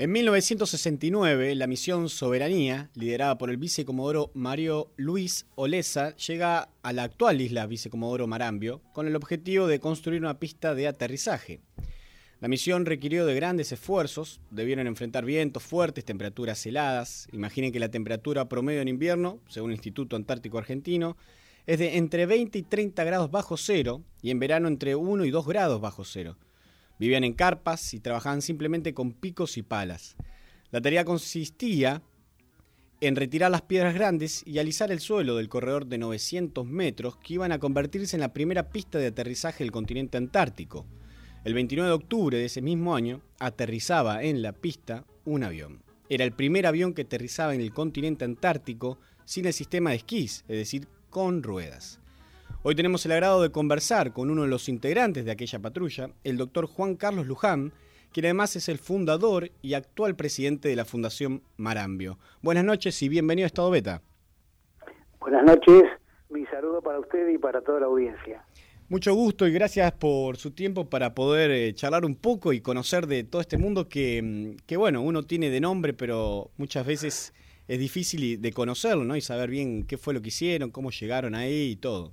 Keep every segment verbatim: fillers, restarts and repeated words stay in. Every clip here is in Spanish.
En mil novecientos sesenta y nueve, la misión Soberanía, liderada por el vicecomodoro Mario Luis Oleza, llega a la actual isla Vicecomodoro Marambio con el objetivo de construir una pista de aterrizaje. La misión requirió de grandes esfuerzos, debieron enfrentar vientos fuertes, temperaturas heladas. Imaginen que la temperatura promedio en invierno, según el Instituto Antártico Argentino, es de entre veinte y treinta grados bajo cero y en verano entre uno y dos grados bajo cero. Vivían en carpas y trabajaban simplemente con picos y palas. La tarea consistía en retirar las piedras grandes y alisar el suelo del corredor de novecientos metros que iban a convertirse en la primera pista de aterrizaje del continente antártico. El veintinueve de octubre de ese mismo año, aterrizaba en la pista un avión. Era el primer avión que aterrizaba en el continente antártico sin el sistema de esquís, es decir, con ruedas. Hoy tenemos el agrado de conversar con uno de los integrantes de aquella patrulla, el doctor Juan Carlos Luján, quien además es el fundador y actual presidente de la Fundación Marambio. Buenas noches y bienvenido a Estado Beta. Buenas noches, mi saludo para usted y para toda la audiencia. Mucho gusto y gracias por su tiempo para poder eh, charlar un poco y conocer de todo este mundo que, que, bueno, uno tiene de nombre, pero muchas veces es difícil de conocerlo, ¿no? Y saber bien qué fue lo que hicieron, cómo llegaron ahí y todo.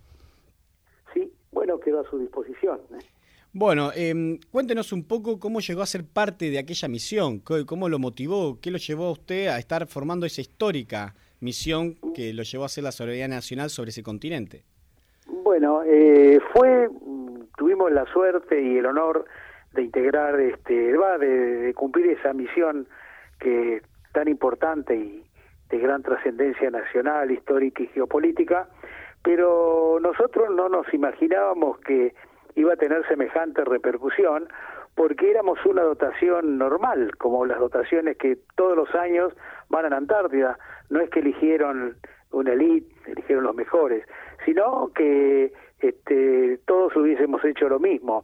Sí, bueno, quedo a su disposición. ¿eh? Bueno, eh, cuéntenos un poco cómo llegó a ser parte de aquella misión, cómo lo motivó, qué lo llevó a usted a estar formando esa histórica misión que lo llevó a hacer la soberanía nacional sobre ese continente. Bueno, eh, fue, tuvimos la suerte y el honor de integrar, este, va, de, de cumplir esa misión que tan importante y de gran trascendencia nacional, histórica y geopolítica, pero nosotros no nos imaginábamos que iba a tener semejante repercusión, porque éramos una dotación normal, como las dotaciones que todos los años van a la Antártida. No es que eligieron una élite, eligieron los mejores, sino que este, todos hubiésemos hecho lo mismo.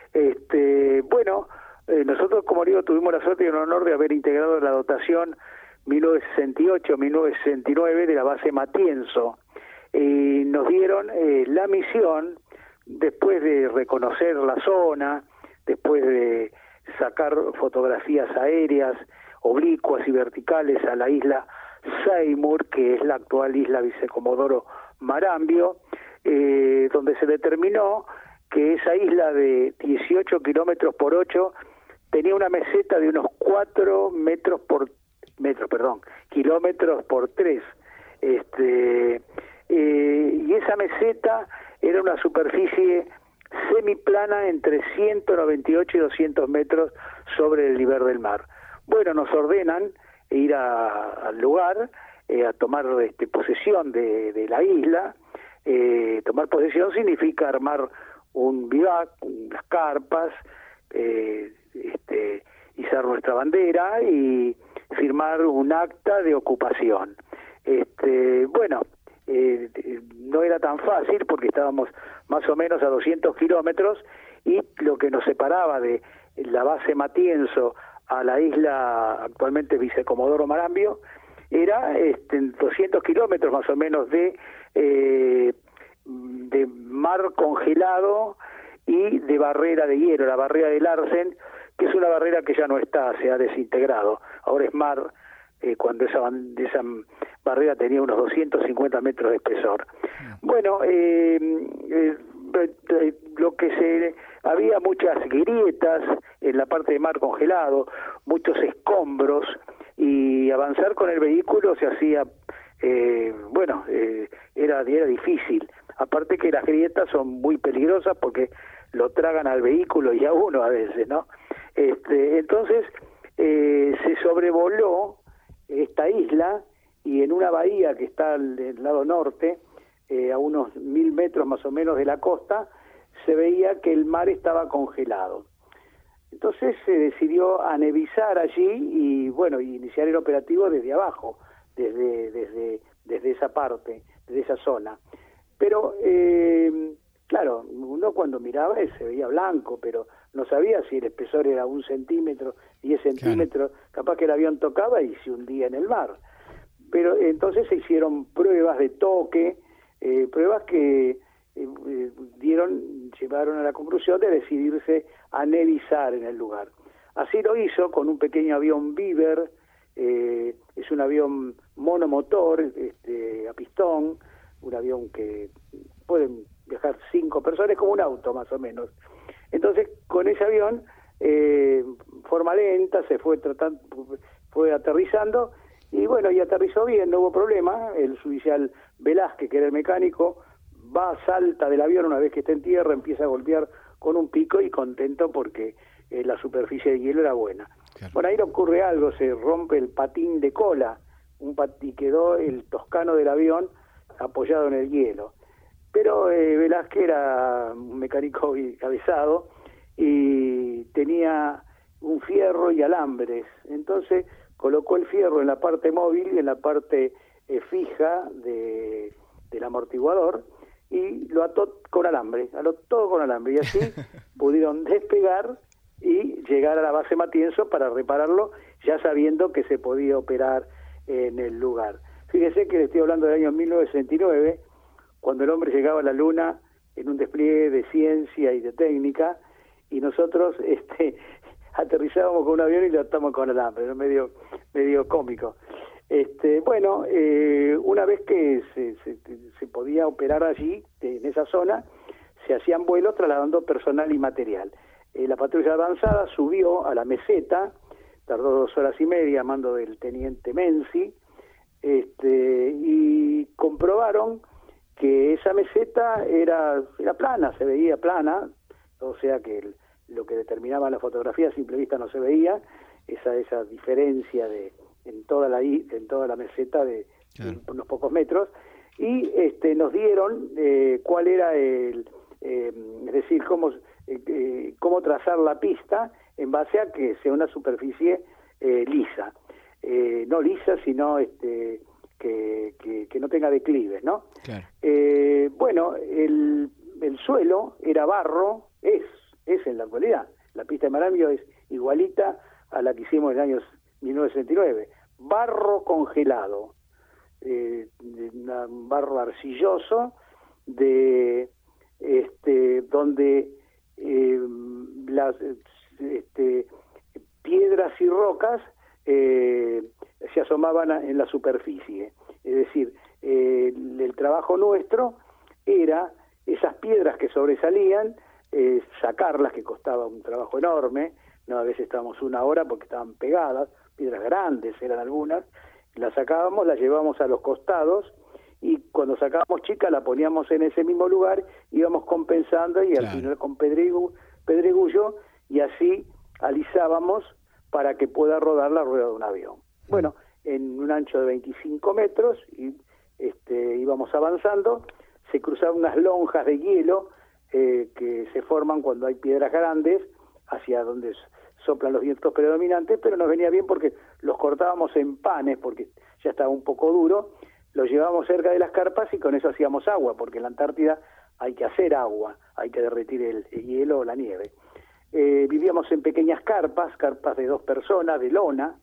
Este, bueno, eh, nosotros, como digo, tuvimos la suerte y el honor de haber integrado la dotación mil novecientos sesenta y ocho a mil novecientos sesenta y nueve de la base Matienzo. Y nos dieron eh, la misión, después de reconocer la zona, después de sacar fotografías aéreas, oblicuas y verticales a la isla Seymour, que es la actual isla Vicecomodoro Marambio, eh, donde se determinó que esa isla de dieciocho kilómetros por ocho tenía una meseta de unos cuatro metros por metros, perdón, kilómetros por tres. Este, eh, y esa meseta era una superficie semiplana entre ciento noventa y ocho y doscientos metros sobre el nivel del mar. Bueno, nos ordenan ir a, al lugar, eh, a tomar este, posesión de, de la isla. Eh, tomar posesión significa armar un bivac, unas carpas, eh, este, izar nuestra bandera y firmar un acta de ocupación. Este, bueno, eh, no era tan fácil porque estábamos más o menos a doscientos kilómetros y lo que nos separaba de la base Matienzo a la isla actualmente Vicecomodoro Marambio era este, doscientos kilómetros más o menos de, eh, de mar congelado y de barrera de hielo, la barrera de Larsen, que es una barrera que ya no está, se ha desintegrado, ahora es mar, eh, cuando esa, esa barrera tenía unos doscientos cincuenta metros de espesor. Bueno, eh, eh, eh, lo que se había muchas grietas en la parte de mar congelado, muchos escombros, y avanzar con el vehículo se hacía, eh, bueno, eh, era, era difícil. Aparte que las grietas son muy peligrosas porque lo tragan al vehículo y a uno a veces, ¿no? Este, entonces eh, se sobrevoló esta isla y en una bahía que está al, del lado norte, eh, a unos mil metros más o menos de la costa, se veía que el mar estaba congelado. Entonces se decidió anevizar allí y, bueno, iniciar el operativo desde abajo, desde, desde, desde esa parte, desde esa zona. Pero, eh, claro, uno cuando miraba se veía blanco, pero no sabía si el espesor era un centímetro, diez centímetros, claro. Capaz que el avión tocaba y se hundía en el mar. Pero entonces se hicieron pruebas de toque, eh, pruebas que eh, dieron, llevaron a la conclusión de decidirse a anevizar en el lugar. así lo hizo con un pequeño avión Beaver, eh, es un avión monomotor, este, a pistón, un avión que pueden viajar cinco personas, como un auto más o menos. Entonces, con ese avión, eh, forma lenta, se fue tratando, fue aterrizando, y bueno, y aterrizó bien, no hubo problema. El oficial Velázquez, que era el mecánico, va, salta del avión una vez que está en tierra, empieza a golpear con un pico y contento porque eh, la superficie de hielo era buena. Claro. Bueno, ahí le ocurre algo, se rompe el patín de cola, un pat y quedó el toscano del avión apoyado en el hielo. Pero eh, Velázquez era un mecánico avesado y tenía un fierro y alambres, entonces colocó el fierro en la parte móvil y en la parte eh, fija de, del amortiguador y lo ató con alambre, ató todo con alambre, y así pudieron despegar y llegar a la base Matienzo para repararlo, ya sabiendo que se podía operar en el lugar. Fíjese que le estoy hablando del año mil novecientos sesenta y nueve, cuando el hombre llegaba a la Luna en un despliegue de ciencia y de técnica, y nosotros este, aterrizábamos con un avión y lo atamos con alambre, ¿no? medio, medio cómico. Este, bueno, eh, una vez que se, se, se podía operar allí, en esa zona, se hacían vuelos trasladando personal y material. Eh, la patrulla avanzada subió a la meseta, tardó dos horas y media a mando del teniente Menzi, este, y comprobaron que esa meseta era, era plana, se veía plana, o sea que el, lo que determinaba la fotografía a simple vista no se veía, esa, esa diferencia de en toda la en toda la meseta de, claro. de unos pocos metros, y este nos dieron eh, cuál era el, eh, es decir, cómo, eh, cómo trazar la pista en base a que sea una superficie eh, lisa, eh, no lisa, sino este que, que, que no tenga declives, ¿no? Claro. Eh, bueno, el, el suelo era barro, es, es en la actualidad. La pista de Marambio es igualita a la que hicimos en el año mil novecientos sesenta y nueve. Barro congelado, eh, un barro arcilloso, de este donde eh, las este, piedras y rocas eh, se asomaban en la superficie. Es decir, eh, el, el trabajo nuestro era esas piedras que sobresalían, eh, sacarlas, que costaba un trabajo enorme, no, a veces estábamos una hora porque estaban pegadas, piedras grandes eran algunas, las sacábamos, las llevábamos a los costados, y cuando sacábamos chicas la poníamos en ese mismo lugar, íbamos compensando y claro. al final con pedregu, pedregullo, y así alisábamos para que pueda rodar la rueda de un avión. Bueno, en un ancho de veinticinco metros, y este, íbamos avanzando, se cruzaban unas lonjas de hielo eh, que se forman cuando hay piedras grandes, hacia donde soplan los vientos predominantes, pero nos venía bien porque los cortábamos en panes, porque ya estaba un poco duro, los llevábamos cerca de las carpas y con eso hacíamos agua, porque en la Antártida hay que hacer agua, hay que derretir el, el hielo o la nieve. Eh, vivíamos en pequeñas carpas, carpas de dos personas, de lona.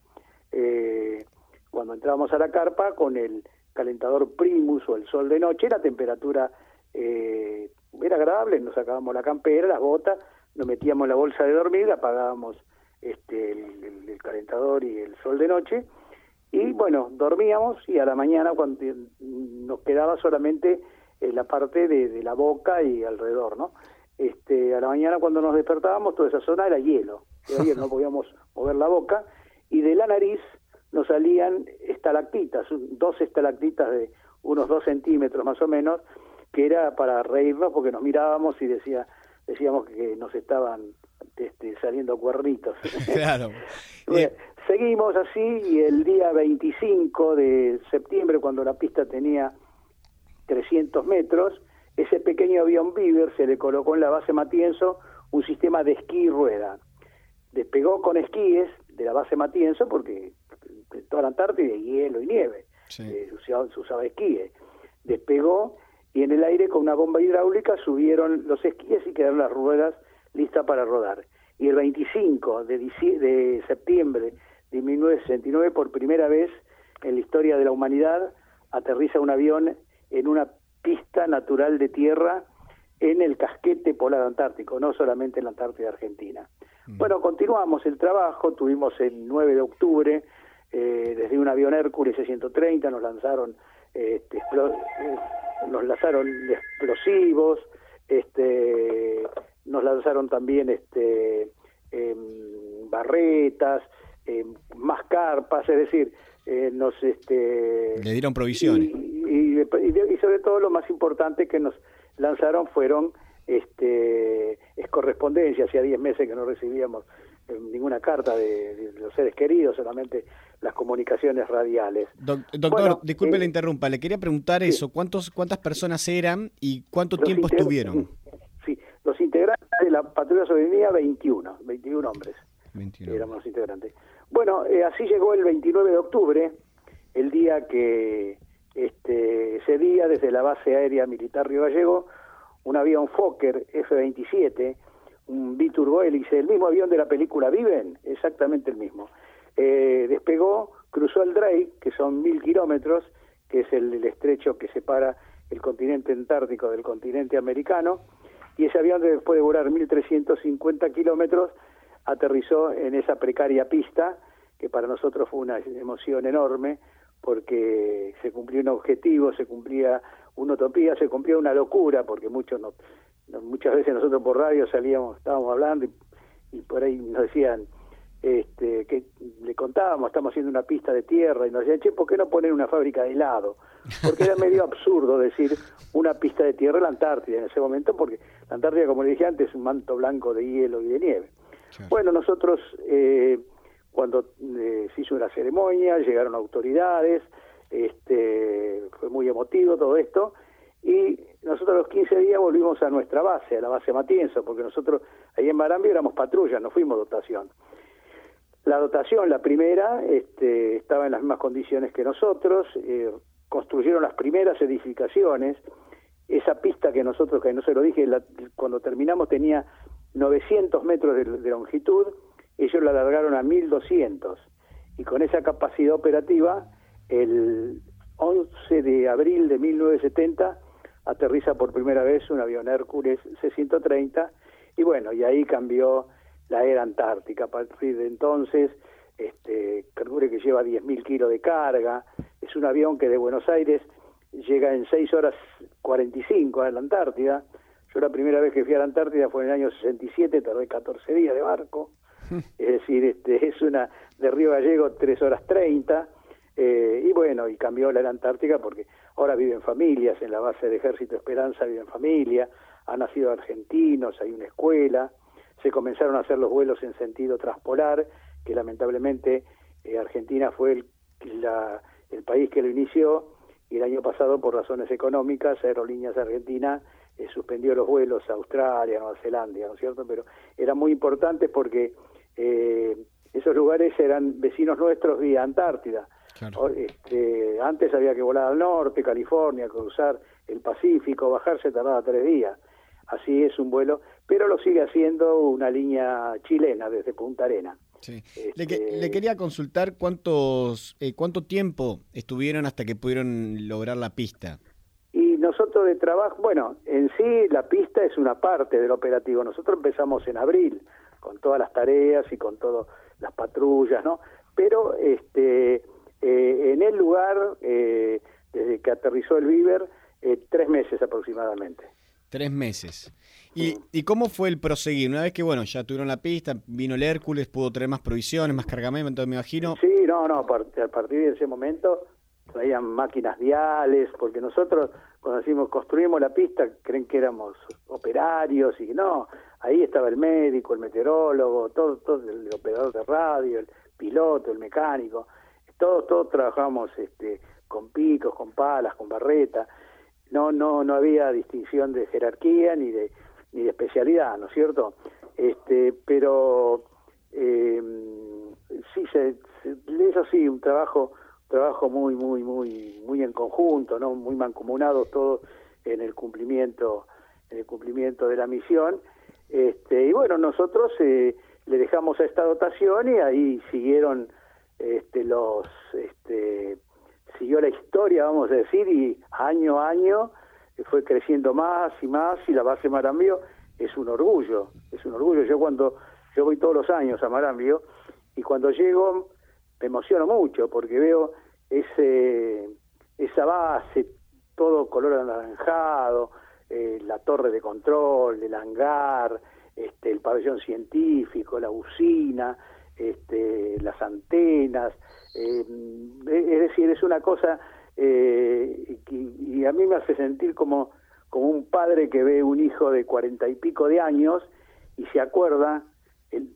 Eh, cuando entrábamos a la carpa, con el calentador Primus o el sol de noche, la temperatura eh, era agradable, nos sacábamos la campera, las botas, nos metíamos en la bolsa de dormir, apagábamos este, el, el, el calentador y el sol de noche, y bueno, dormíamos, y a la mañana cuando nos quedaba solamente eh, la parte de, de la boca y alrededor, ¿no? Este, a la mañana cuando nos despertábamos, toda esa zona era hielo, era hielo, no podíamos mover la boca, y de la nariz nos salían estalactitas, dos estalactitas de unos dos centímetros más o menos, que era para reírnos porque nos mirábamos y decía decíamos que nos estaban este, saliendo cuernitos. Claro. Bueno, seguimos así, y el día veinticinco de septiembre, cuando la pista tenía trescientos metros, ese pequeño avión Beaver se le colocó en la base Matienzo un sistema de esquí y rueda. Despegó con esquíes de la base Matienzo, porque en toda la Antártida hay hielo y nieve, sí. eh, se, usaba, se usaba esquíes. Despegó, y en el aire con una bomba hidráulica subieron los esquíes y quedaron las ruedas listas para rodar. Y el veinticinco de septiembre de mil novecientos sesenta y nueve, por primera vez en la historia de la humanidad, aterriza un avión en una pista natural de tierra en el casquete polar antártico, no solamente en la Antártida Argentina. Mm. Bueno, continuamos el trabajo, tuvimos el nueve de octubre, eh, desde un avión Hércules C ciento treinta nos lanzaron, eh, este, explo eh, nos lanzaron explosivos, este, nos lanzaron también este, eh, barretas, eh, más carpas, es decir, eh, nos... Este, Le dieron provisiones. Y, y, y, y sobre todo lo más importante que nos lanzaron fueron este, es correspondencia, hacía diez meses que no recibíamos eh, ninguna carta de, de los seres queridos, solamente las comunicaciones radiales. Do doctor, bueno, disculpe eh, le interrumpa, le quería preguntar sí. eso, ¿cuántos cuántas personas eran y cuánto los tiempo estuvieron? Sí, los integrantes de la patrulla soberanía, veintiuno, veintiún hombres. veintiuno. Éramos los integrantes. Bueno, eh, así llegó el veintinueve de octubre, el día que, este, ese día, desde la base aérea militar Río Gallego, un avión Fokker F veintisiete, un biturbohélice, el mismo avión de la película Viven, exactamente el mismo. Eh, despegó, cruzó el Drake, que son mil kilómetros, que es el, el estrecho que separa el continente antártico del continente americano, y ese avión, después de volar mil trescientos cincuenta kilómetros, aterrizó en esa precaria pista, que para nosotros fue una emoción enorme, porque se cumplió un objetivo, se cumplía una utopía, se cumplía una locura, porque muchos no, no, muchas veces nosotros por radio salíamos, estábamos hablando y, y por ahí nos decían, este, que le contábamos, estamos haciendo una pista de tierra, y nos decían, che, ¿por qué no poner una fábrica de helado? Porque era medio absurdo decir una pista de tierra en la Antártida en ese momento, porque la Antártida, como le dije antes, es un manto blanco de hielo y de nieve. Claro. Bueno, nosotros, eh, cuando eh, se hizo una ceremonia, llegaron autoridades, este, fue muy emotivo todo esto, y nosotros a los quince días volvimos a nuestra base, a la base Matienzo, porque nosotros ahí en Marambio éramos patrulla, no fuimos dotación. La dotación, la primera, este, estaba en las mismas condiciones que nosotros, eh, construyeron las primeras edificaciones, esa pista que nosotros, que no se lo dije, la, cuando terminamos tenía novecientos metros de, de longitud, ellos la alargaron a mil doscientos, y con esa capacidad operativa, el once de abril de mil novecientos setenta, aterriza por primera vez un avión Hércules C ciento treinta, y bueno, y ahí cambió la era antártica. A partir de entonces, este, calcule que lleva diez mil kilos de carga, es un avión que de Buenos Aires llega en seis horas cuarenta y cinco a la Antártida. Yo la primera vez que fui a la Antártida fue en el año sesenta y siete, tardé catorce días de barco, es decir, este, es una de Río Gallego tres horas treinta, eh, y bueno, y cambió la era antártica porque ahora viven familias, en la base de Ejército Esperanza viven familias, han nacido argentinos, hay una escuela, se comenzaron a hacer los vuelos en sentido transpolar, que lamentablemente eh, Argentina fue el, la, el país que lo inició, y el año pasado por razones económicas Aerolíneas Argentina eh, suspendió los vuelos a Australia, Nueva Zelanda, ¿no es cierto? Pero eran muy importantes porque eh, esos lugares eran vecinos nuestros vía Antártida. Claro. Este, antes había que volar al norte, California, cruzar el Pacífico, bajarse tardaba tres días. Así es un vuelo, pero lo sigue haciendo una línea chilena desde Punta Arenas. Sí. Este... Le, que, le quería consultar cuántos, eh, cuánto tiempo estuvieron hasta que pudieron lograr la pista. Y nosotros de trabajo, bueno, en sí la pista es una parte del operativo. Nosotros empezamos en abril con todas las tareas y con todas las patrullas, ¿no? Pero este, eh, en el lugar, eh, desde que aterrizó el Viver, eh, tres meses aproximadamente. Tres meses. ¿Y, ¿Y cómo fue el proseguir? Una vez que, bueno, ya tuvieron la pista, vino el Hércules, pudo traer más provisiones, más cargamento, me imagino. Sí, no, no, a partir de ese momento traían máquinas viales, porque nosotros, cuando decimos construimos la pista, creen que éramos operarios, y no, ahí estaba el médico, el meteorólogo, todo, todo el operador de radio, el piloto, el mecánico, todos, todos trabajamos este, con picos, con palas, con barreta. No, no, no había distinción de jerarquía ni de ni de especialidad, ¿no es cierto? Este, pero eh, sí, se, se, eso sí, un trabajo, trabajo muy, muy, muy, muy en conjunto, ¿no? Muy mancomunados todos en el cumplimiento, en el cumplimiento de la misión. Este, y bueno, nosotros eh, le dejamos a esta dotación y ahí siguieron este, los, este, siguió la historia, vamos a decir, y año a año fue creciendo más y más, y la base Marambio es un orgullo, es un orgullo. Yo cuando yo voy todos los años a Marambio, y cuando llego me emociono mucho porque veo ese esa base, todo color anaranjado, eh, la torre de control, el hangar, este, el pabellón científico, la usina, este, las antenas, eh, es decir, es una cosa, eh, y, y a mí me hace sentir como, como un padre que ve un hijo de cuarenta y pico de años y se acuerda, el,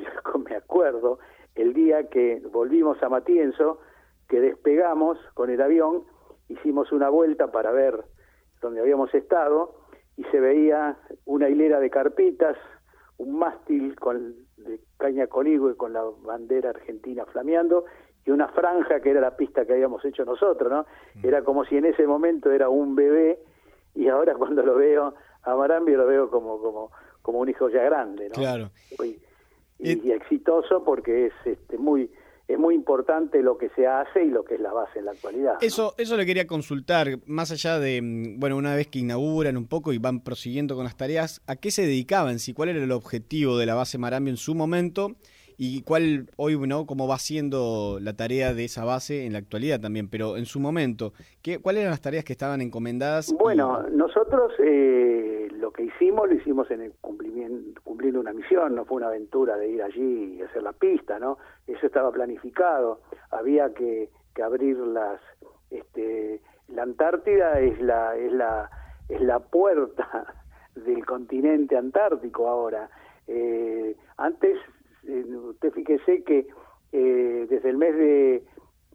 me acuerdo, el día que volvimos a Matienzo, que despegamos con el avión, hicimos una vuelta para ver donde habíamos estado y se veía una hilera de carpitas, un mástil con, de caña con higo y con la bandera argentina flameando, y una franja que era la pista que habíamos hecho nosotros, ¿no? Era como si en ese momento era un bebé, y ahora cuando lo veo a Marambio lo veo como como como un hijo ya grande, ¿no? Claro. Y, y, y exitoso porque es este muy es muy importante lo que se hace y lo que es la base en la actualidad, ¿no? Eso, eso le quería consultar, más allá de, bueno, una vez que inauguran un poco y van prosiguiendo con las tareas, ¿a qué se dedicaban? Si cuál era el objetivo de la base Marambio en su momento y cuál hoy, ¿no?, cómo va siendo la tarea de esa base en la actualidad también, pero en su momento, ¿qué, ¿cuáles eran las tareas que estaban encomendadas? Bueno, y... nosotros eh, lo que hicimos, lo hicimos en el cumplimiento, cumpliendo una misión, no fue una aventura de ir allí y hacer la pista, ¿no? Eso estaba planificado, había que, que abrir las, este, la Antártida es la, es la, es la puerta del continente antártico ahora. Eh, antes, eh, usted fíjese que eh, desde el mes de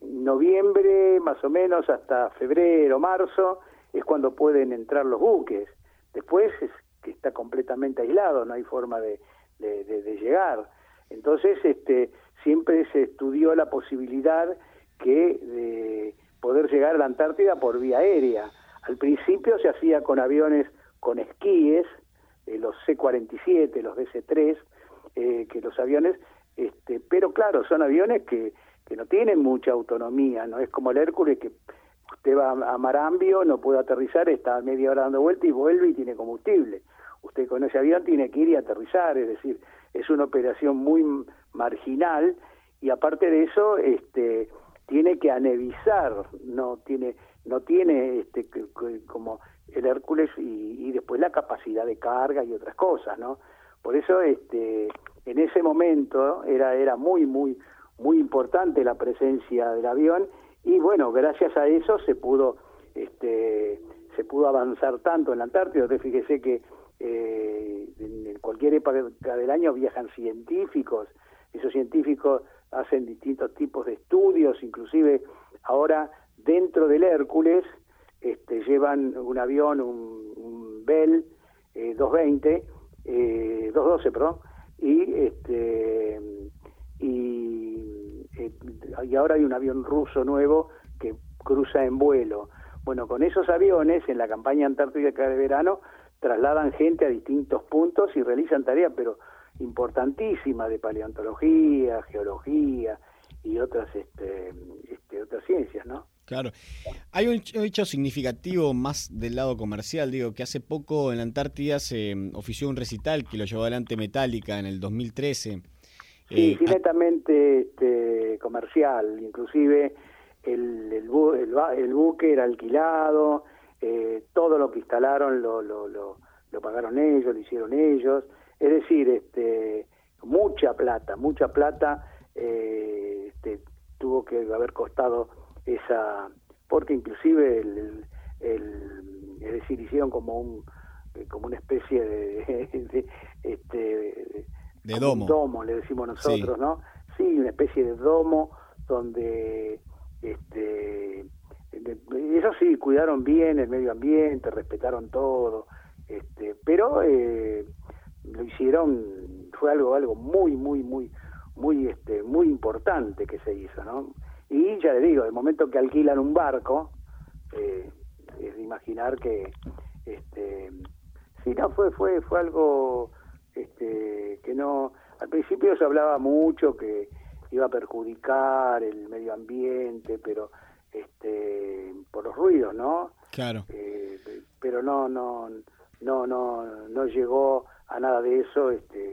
noviembre, más o menos, hasta febrero, marzo, es cuando pueden entrar los buques. Después es que está completamente aislado, no hay forma de, de, de, de llegar. Entonces, este, siempre se estudió la posibilidad que de poder llegar a la Antártida por vía aérea. Al principio se hacía con aviones con esquíes, eh, los C cuarenta y siete, los D C tres, eh, que los aviones, este, pero claro, son aviones que, que no tienen mucha autonomía, no es como el Hércules que usted va a Marambio, no puede aterrizar, está media hora dando vuelta y vuelve y tiene combustible. Usted con ese avión tiene que ir y aterrizar, es decir, es una operación muy marginal y aparte de eso, este, tiene que anevizar, no tiene, no tiene este, como el Hércules y, y después la capacidad de carga y otras cosas, ¿no? Por eso, este, en ese momento era era muy muy muy importante la presencia del avión. Y bueno, gracias a eso se pudo este, se pudo avanzar tanto en la Antártida. Usted fíjese que eh, en cualquier época del año viajan científicos, esos científicos hacen distintos tipos de estudios, inclusive ahora dentro del Hércules este, llevan un avión, un, un Bell eh, doscientos veinte, eh, doscientos doce, perdón, y este y y ahora hay un avión ruso nuevo que cruza en vuelo. Bueno, con esos aviones, en la campaña antártica de verano, trasladan gente a distintos puntos y realizan tareas, pero importantísimas, de paleontología, geología y otras este, este, otras ciencias, ¿no? Claro. Hay un hecho significativo más del lado comercial, digo, que hace poco en la Antártida se ofició un recital que lo llevó adelante Metallica en el dos mil trece. Sí, eh, sí, netamente este, comercial, inclusive el, el, bu el, el buque era alquilado, eh, todo lo que instalaron lo, lo, lo, lo pagaron ellos, lo hicieron ellos, es decir, este, mucha plata, mucha plata eh, este, tuvo que haber costado esa, porque inclusive el, el, el es decir, hicieron como un como una especie de, de, de este de, de domo. Un domo, le decimos nosotros, sí. ¿no? Sí, una especie de domo donde, este, eso sí, cuidaron bien el medio ambiente, respetaron todo, este, pero eh, lo hicieron, fue algo, algo muy, muy, muy, muy, este, muy importante que se hizo, ¿no? Y ya le digo, el momento que alquilan un barco, eh, es de imaginar que, este, sí, no, fue, fue, fue algo. Este, que no, al principio se hablaba mucho que iba a perjudicar el medio ambiente, pero este, por los ruidos, ¿no? Claro. Eh, pero no, no, no, no, no llegó a nada de eso. Este,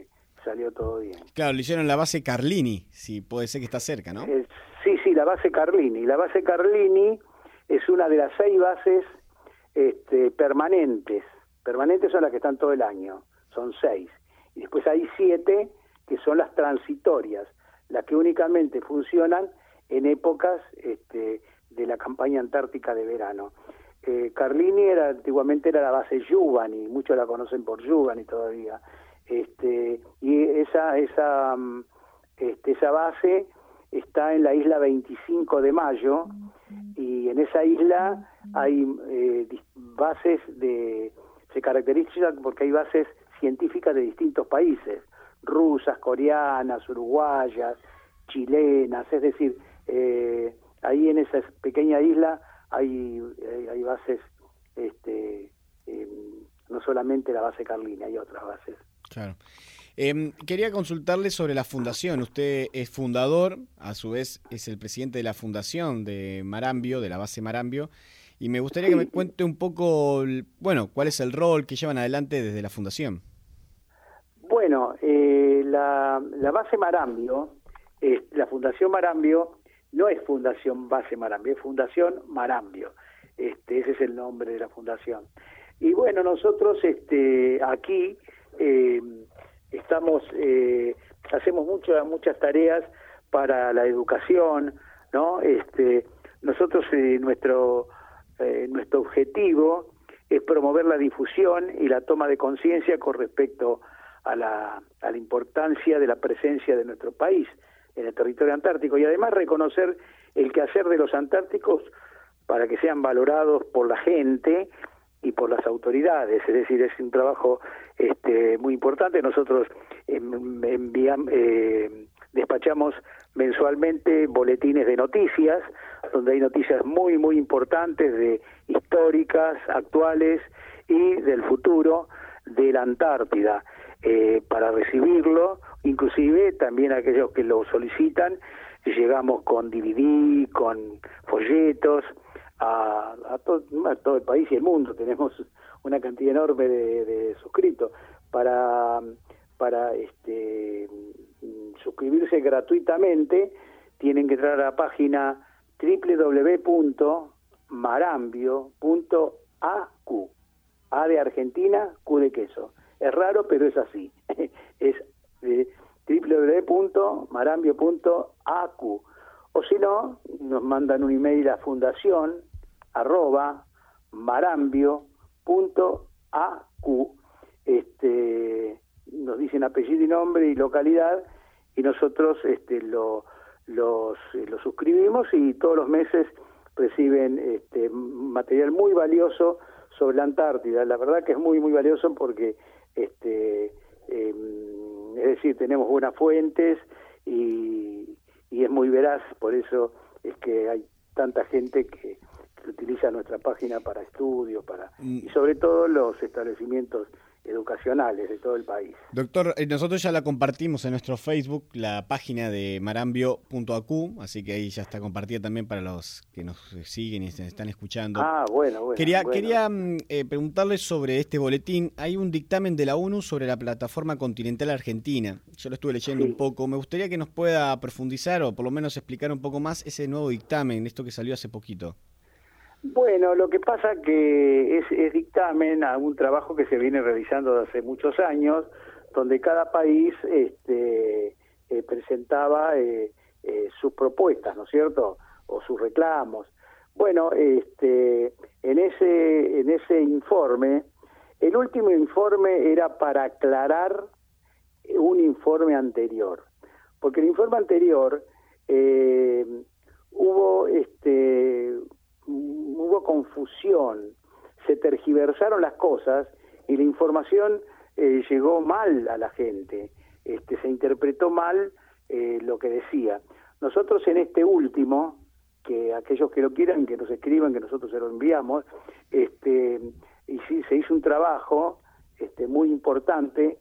salió todo bien. Claro, le hicieron la base Carlini, si puede ser que está cerca, ¿no? Eh, sí, sí, la base Carlini. La base Carlini es una de las seis bases este, permanentes. Permanentes son las que están todo el año, son seis. Y después hay siete que son las transitorias, las que únicamente funcionan en épocas este, de la campaña antártica de verano. Eh, Carlini era, antiguamente era la base Giovanni, muchos la conocen por Giovanni todavía. Este, y esa, esa, este, esa base está en la isla veinticinco de mayo, y en esa isla hay eh, bases de... se caracteriza porque hay bases científicas de distintos países, rusas, coreanas, uruguayas, chilenas, es decir, eh, ahí en esa pequeña isla hay, hay, hay bases, este, eh, no solamente la base Carlini, hay otras bases. Claro. Eh, quería consultarle sobre la fundación. Usted es fundador, a su vez es el presidente de la fundación de Marambio, de la base Marambio, y me gustaría sí. que me cuente un poco, bueno, cuál es el rol que llevan adelante desde la fundación. Bueno, eh, la, la base Marambio, eh, la fundación Marambio, no es Fundación Base Marambio, es Fundación Marambio. Este, ese es el nombre de la fundación. Y bueno, nosotros este, aquí eh, estamos, eh, hacemos muchas muchas tareas para la educación, ¿no? Este, nosotros eh, nuestro eh, nuestro objetivo es promover la difusión y la toma de conciencia con respecto a la a la importancia de la presencia de nuestro país en el territorio antártico, y además reconocer el quehacer de los antárticos para que sean valorados por la gente y por las autoridades. Es decir, es un trabajo este, muy importante. Nosotros enviamos, eh, despachamos mensualmente boletines de noticias, donde hay noticias muy, muy importantes, de históricas, actuales y del futuro de la Antártida. Eh, para recibirlo, inclusive también aquellos que lo solicitan, llegamos con D V D, con folletos, a, a, todo, a todo el país y el mundo. Tenemos una cantidad enorme de, de suscritos. Para, para este, suscribirse gratuitamente, tienen que entrar a la página doble u doble u doble u punto marambio punto a cu. A de Argentina, Q de queso. Es raro, pero es así. Es eh, doble u doble u doble u punto marambio punto a cu. O si no, nos mandan un email a fundación arroba marambio punto a cu. Este, nos dicen apellido y nombre y localidad, y nosotros este, lo, los, eh, lo suscribimos, y todos los meses reciben este, material muy valioso sobre la Antártida. La verdad que es muy, muy valioso porque este eh, es decir, tenemos buenas fuentes y, y es muy veraz, por eso es que hay tanta gente que, que utiliza nuestra página para estudios, para y sobre todo los establecimientos educacionales de todo el país. Doctor, eh, nosotros ya la compartimos en nuestro Facebook, la página de marambio punto a cu, así que ahí ya está compartida también para los que nos siguen y se están escuchando. Ah, bueno, bueno. Quería, bueno. quería eh, preguntarle sobre este boletín. Hay un dictamen de la ONU sobre la plataforma continental argentina. Yo lo estuve leyendo sí. un poco. Me gustaría que nos pueda profundizar o por lo menos explicar un poco más ese nuevo dictamen, esto que salió hace poquito. Bueno, lo que pasa que es, es dictamen a un trabajo que se viene realizando desde hace muchos años, donde cada país este, eh, presentaba eh, eh, sus propuestas, ¿no es cierto?, o sus reclamos. Bueno, este, en ese en ese informe, el último informe era para aclarar un informe anterior, porque el informe anterior eh, hubo este hubo confusión, se tergiversaron las cosas y la información eh, llegó mal a la gente, este, se interpretó mal eh, lo que decía. Nosotros en este último, que aquellos que lo quieran, que nos escriban, que nosotros se lo enviamos, este, y sí, se hizo un trabajo este, muy importante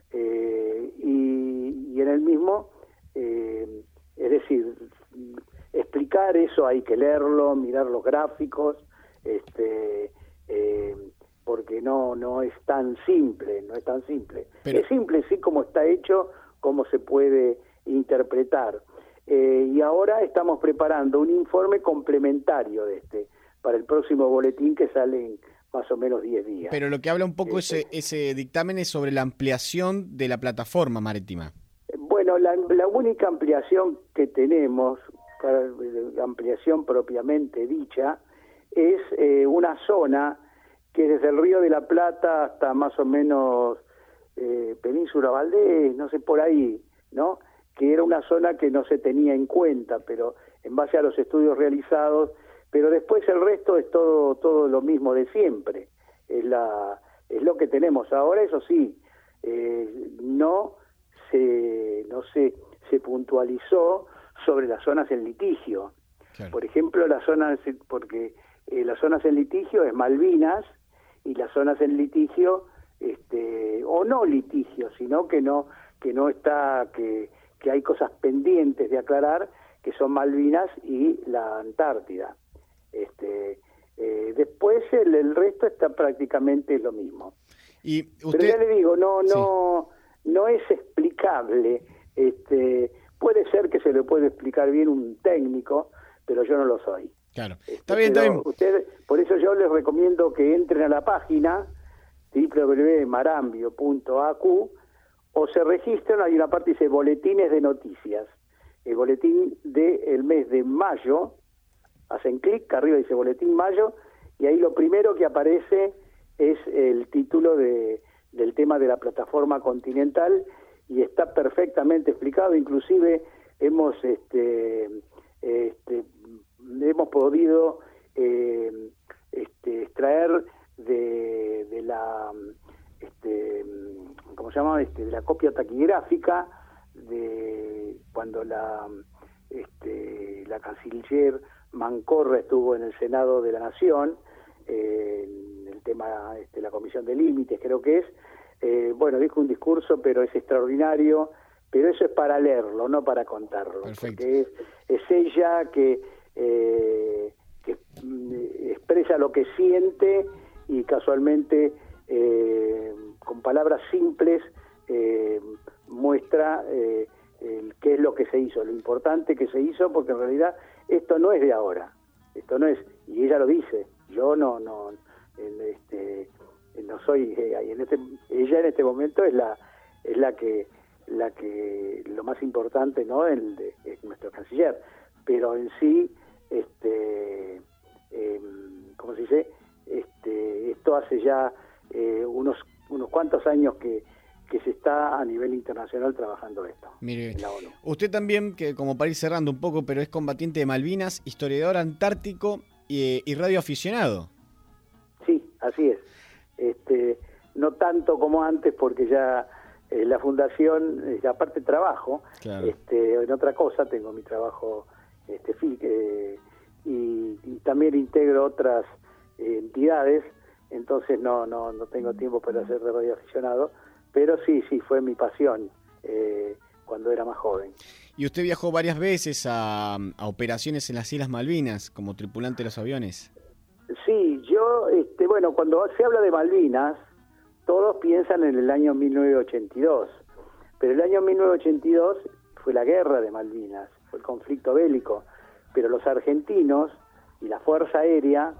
eh, y, y en el mismo, eh, es decir, explicar eso hay que leerlo, mirar los gráficos, este, eh, porque no no es tan simple, no no es tan simple. Pero... Es simple sí como está hecho, cómo se puede interpretar. Eh, y ahora estamos preparando un informe complementario de este, para el próximo boletín que sale en más o menos diez días. Pero lo que habla un poco este, ese, ese dictamen es sobre la ampliación de la plataforma marítima. Bueno, la, la única ampliación que tenemos, para, ampliación propiamente dicha, es eh, una zona que desde el Río de la Plata hasta más o menos eh, Península Valdés, no sé, por ahí, ¿no? Que era una zona que no se tenía en cuenta, pero en base a los estudios realizados, pero después el resto es todo todo lo mismo de siempre, es la es lo que tenemos ahora. Eso sí, eh, no se no se se puntualizó sobre las zonas en litigio. Claro. Por ejemplo, las zonas, porque eh, las zonas en litigio es Malvinas, y las zonas en litigio, este, o no litigio, sino que no que no está que que hay cosas pendientes de aclarar, que son Malvinas y la Antártida. Este, eh, después el, el resto está prácticamente lo mismo. Y usted... Pero ya le digo, no no sí. no es explicable. Este, puede ser que se le puede explicar bien un técnico, pero yo no lo soy. Claro. Este, está bien, está bien. Usted, por eso yo les recomiendo que entren a la página doble u doble u doble u punto marambio punto a cu o se registran. Hay una parte que dice boletines de noticias. El boletín del mes de mayo, hacen clic, arriba dice boletín mayo, y ahí lo primero que aparece es el título de, del tema de la plataforma continental, y está perfectamente explicado. Inclusive hemos este, este, hemos podido eh, este, extraer de, de la este, ¿cómo se llama? Este, de la copia taquigráfica de cuando la este, la canciller Mancorra estuvo en el Senado de la Nación, eh, en el tema este, la Comisión de Límites, creo que es. Eh, bueno, dijo un discurso, pero es extraordinario, pero eso es para leerlo, no para contarlo. Perfecto. Porque es, es ella que, eh, que expresa lo que siente, y casualmente eh, con palabras simples eh, muestra eh, el, qué es lo que se hizo, lo importante que se hizo, porque en realidad esto no es de ahora, esto no es, y ella lo dice, yo no, no, en este, no soy, eh, en este, ella en este momento es la, es la que, la que, lo más importante, ¿no? El de, es nuestro canciller, pero en sí, este, eh, ¿cómo se dice? Este, esto hace ya eh, unos, unos cuantos años que que se está a nivel internacional trabajando esto. Mire, en la ONU. Usted también, que como para ir cerrando un poco, pero es combatiente de Malvinas, historiador antártico y, y radioaficionado. Sí, así es. Este, no tanto como antes, porque ya eh, la fundación, eh, aparte trabajo, claro. este, en otra cosa, tengo mi trabajo este, eh, y, y también integro otras eh, entidades, entonces no, no, no tengo tiempo para ser de radioaficionado. Pero sí, sí, fue mi pasión eh, cuando era más joven. ¿Y usted viajó varias veces a, a operaciones en las Islas Malvinas como tripulante de los aviones? Sí, yo, este, bueno, cuando se habla de Malvinas, todos piensan en el año mil novecientos ochenta y dos. Pero el año mil novecientos ochenta y dos fue la guerra de Malvinas, fue el conflicto bélico. Pero los argentinos y la Fuerza Aérea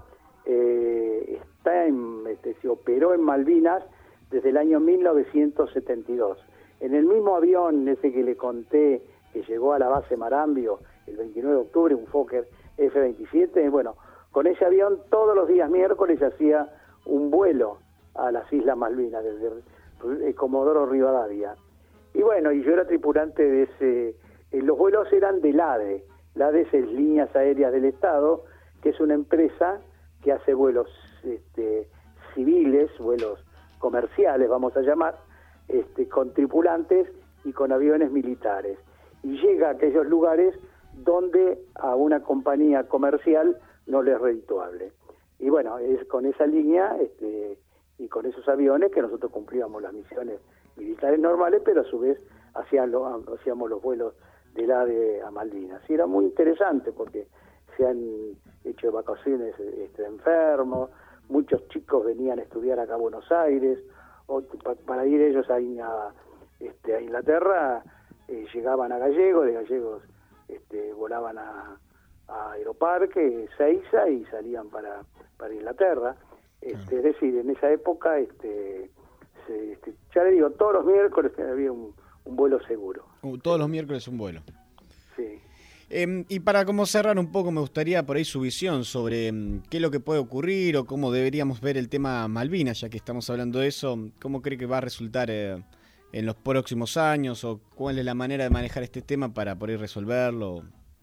eh, está en, este, se operó en Malvinas desde el año mil novecientos setenta y dos. En el mismo avión ese que le conté, que llegó a la base Marambio el veintinueve de octubre, un Fokker F veintisiete, bueno, con ese avión todos los días miércoles hacía un vuelo a las Islas Malvinas, desde el Comodoro Rivadavia. Y bueno, y yo era tripulante de ese... Eh, los vuelos eran de LADE. LADE es Líneas Aéreas del Estado, que es una empresa que hace vuelos este, civiles, vuelos comerciales, vamos a llamar, este, con tripulantes y con aviones militares. Y llega a aquellos lugares donde a una compañía comercial no le es redituable. Y bueno, es con esa línea este, y con esos aviones que nosotros cumplíamos las misiones militares normales, pero a su vez hacíamos, hacíamos los vuelos de la de a Malvinas. Y era muy interesante porque se han hecho evacuaciones este, de enfermos, muchos chicos venían a estudiar acá a Buenos Aires, o, pa, para ir ellos a, a, este, a Inglaterra, eh, llegaban a Gallegos, de Gallegos este, volaban a, a Aeroparque, Seiza, y salían para, para Inglaterra. Este, es decir, en esa época, este, se, este, ya le digo, todos los miércoles había un, un vuelo seguro. Uh, todos los miércoles un vuelo. Sí. Eh, y para como cerrar un poco, me gustaría por ahí su visión sobre um, qué es lo que puede ocurrir o cómo deberíamos ver el tema Malvinas, ya que estamos hablando de eso. ¿Cómo cree que va a resultar eh, en los próximos años, o cuál es la manera de manejar este tema para poder resolverlo?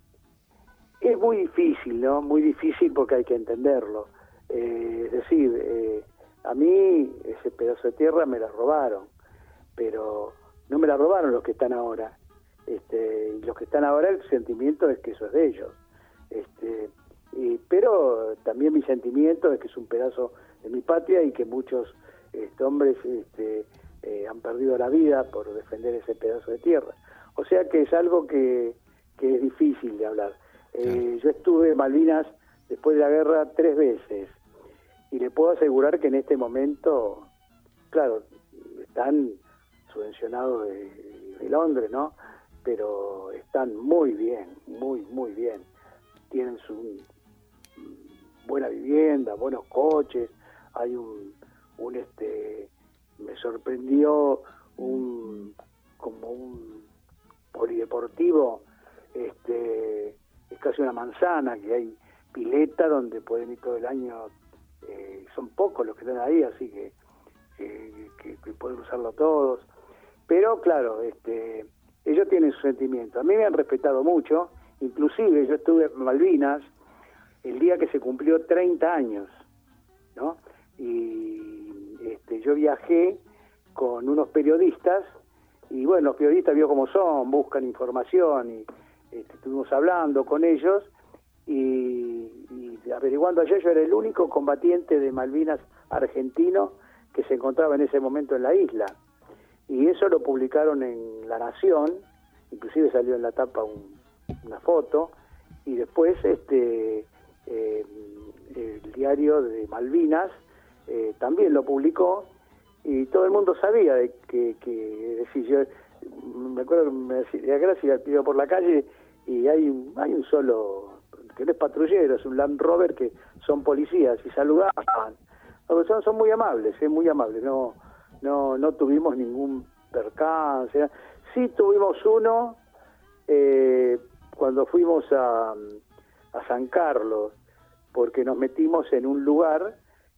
Es muy difícil, ¿no? Muy difícil porque hay que entenderlo. Eh, es decir, eh, a mí ese pedazo de tierra me la robaron, pero no me la robaron los que están ahora. Este, y los que están ahora, el sentimiento es que eso es de ellos. Este, y, pero también mi sentimiento es que es un pedazo de mi patria y que muchos este, hombres este, eh, han perdido la vida por defender ese pedazo de tierra. O sea que es algo que, que es difícil de hablar. Eh, yo estuve en Malvinas después de la guerra tres veces y le puedo asegurar que en este momento, claro, están subvencionados de, de Londres, ¿no? Pero están muy bien, muy, muy bien. Tienen su buena vivienda, buenos coches, hay un, un este, me sorprendió un, como un polideportivo, este, es casi una manzana, que hay pileta donde pueden ir todo el año, eh, son pocos los que están ahí, así que, que, que, que pueden usarlo todos. Pero claro, este, ellos tienen su sentimiento. A mí me han respetado mucho, inclusive yo estuve en Malvinas el día que se cumplió treinta años, ¿no? Y este, yo viajé con unos periodistas, y bueno, los periodistas vio cómo son, buscan información, y este, estuvimos hablando con ellos, y, y averiguando ayer, yo era el único combatiente de Malvinas argentino que se encontraba en ese momento en la isla. Y eso lo publicaron en La Nación, inclusive salió en la tapa un, una foto, y después este eh, el diario de Malvinas eh, también lo publicó, y todo el mundo sabía de que, que es decir, yo me acuerdo que me decía gracias, iba por la calle y hay un, hay un solo, que no es patrullero, es un Land Rover, que son policías y saludaban. Son, son muy amables, eh, muy amables, no no no tuvimos ningún percance. Sí tuvimos uno eh, cuando fuimos a, a San Carlos, porque nos metimos en un lugar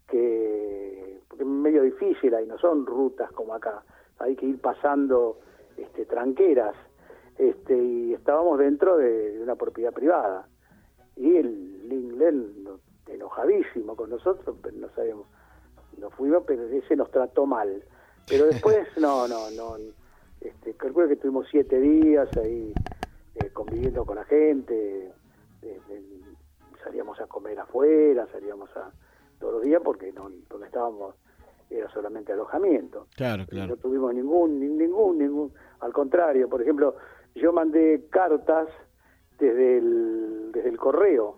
que es medio difícil, ahí no son rutas como acá, hay que ir pasando este, tranqueras, este, y estábamos dentro de, de una propiedad privada, y el inglés enojadísimo con nosotros, pero no sabemos, nos fuimos, pero ese nos trató mal. Pero después, no, no, no, este, calculo que estuvimos siete días ahí eh, conviviendo con la gente, eh, eh, salíamos a comer afuera, salíamos a todos los días, porque no, donde estábamos era solamente alojamiento. Claro, claro. No tuvimos ningún, ningún, ningún, al contrario, por ejemplo, yo mandé cartas desde el, desde el correo,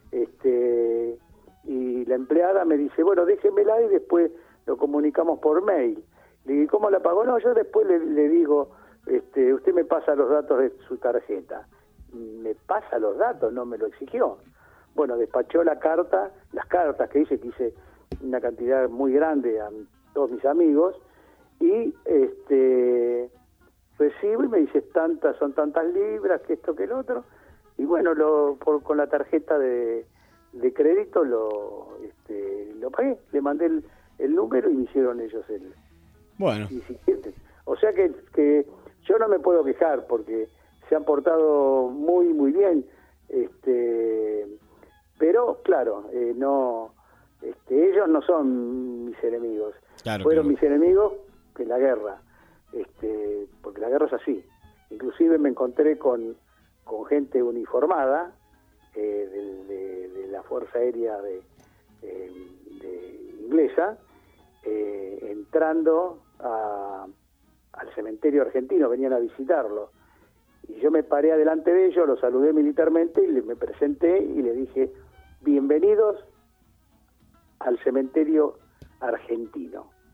este, y la empleada me dice, bueno, déjemela y después lo comunicamos por mail. Le digo, ¿cómo la pagó? No, yo después le, le digo, este, usted me pasa los datos de su tarjeta. Me pasa los datos, no me lo exigió. Bueno, despachó la carta, las cartas que hice, que hice una cantidad muy grande a todos mis amigos, y este recibo y me dice, tantas, son tantas libras, que esto, que el otro, y bueno, lo por, con la tarjeta de, de crédito lo, este, lo pagué, le mandé el, el número y me hicieron ellos el bueno. diecisiete. O sea que, que yo no me puedo quejar porque se han portado muy, muy bien, este, pero claro, eh, no, este, ellos no son mis enemigos, claro, fueron claro. mis enemigos en la guerra, este, porque la guerra es así. Inclusive me encontré con, con gente uniformada eh, de, de, de la Fuerza Aérea de, eh, de inglesa, eh, entrando a, al cementerio argentino, venían a visitarlo, y yo me paré adelante de ellos, los saludé militarmente y le, me presenté y le dije, bienvenidos al cementerio argentino.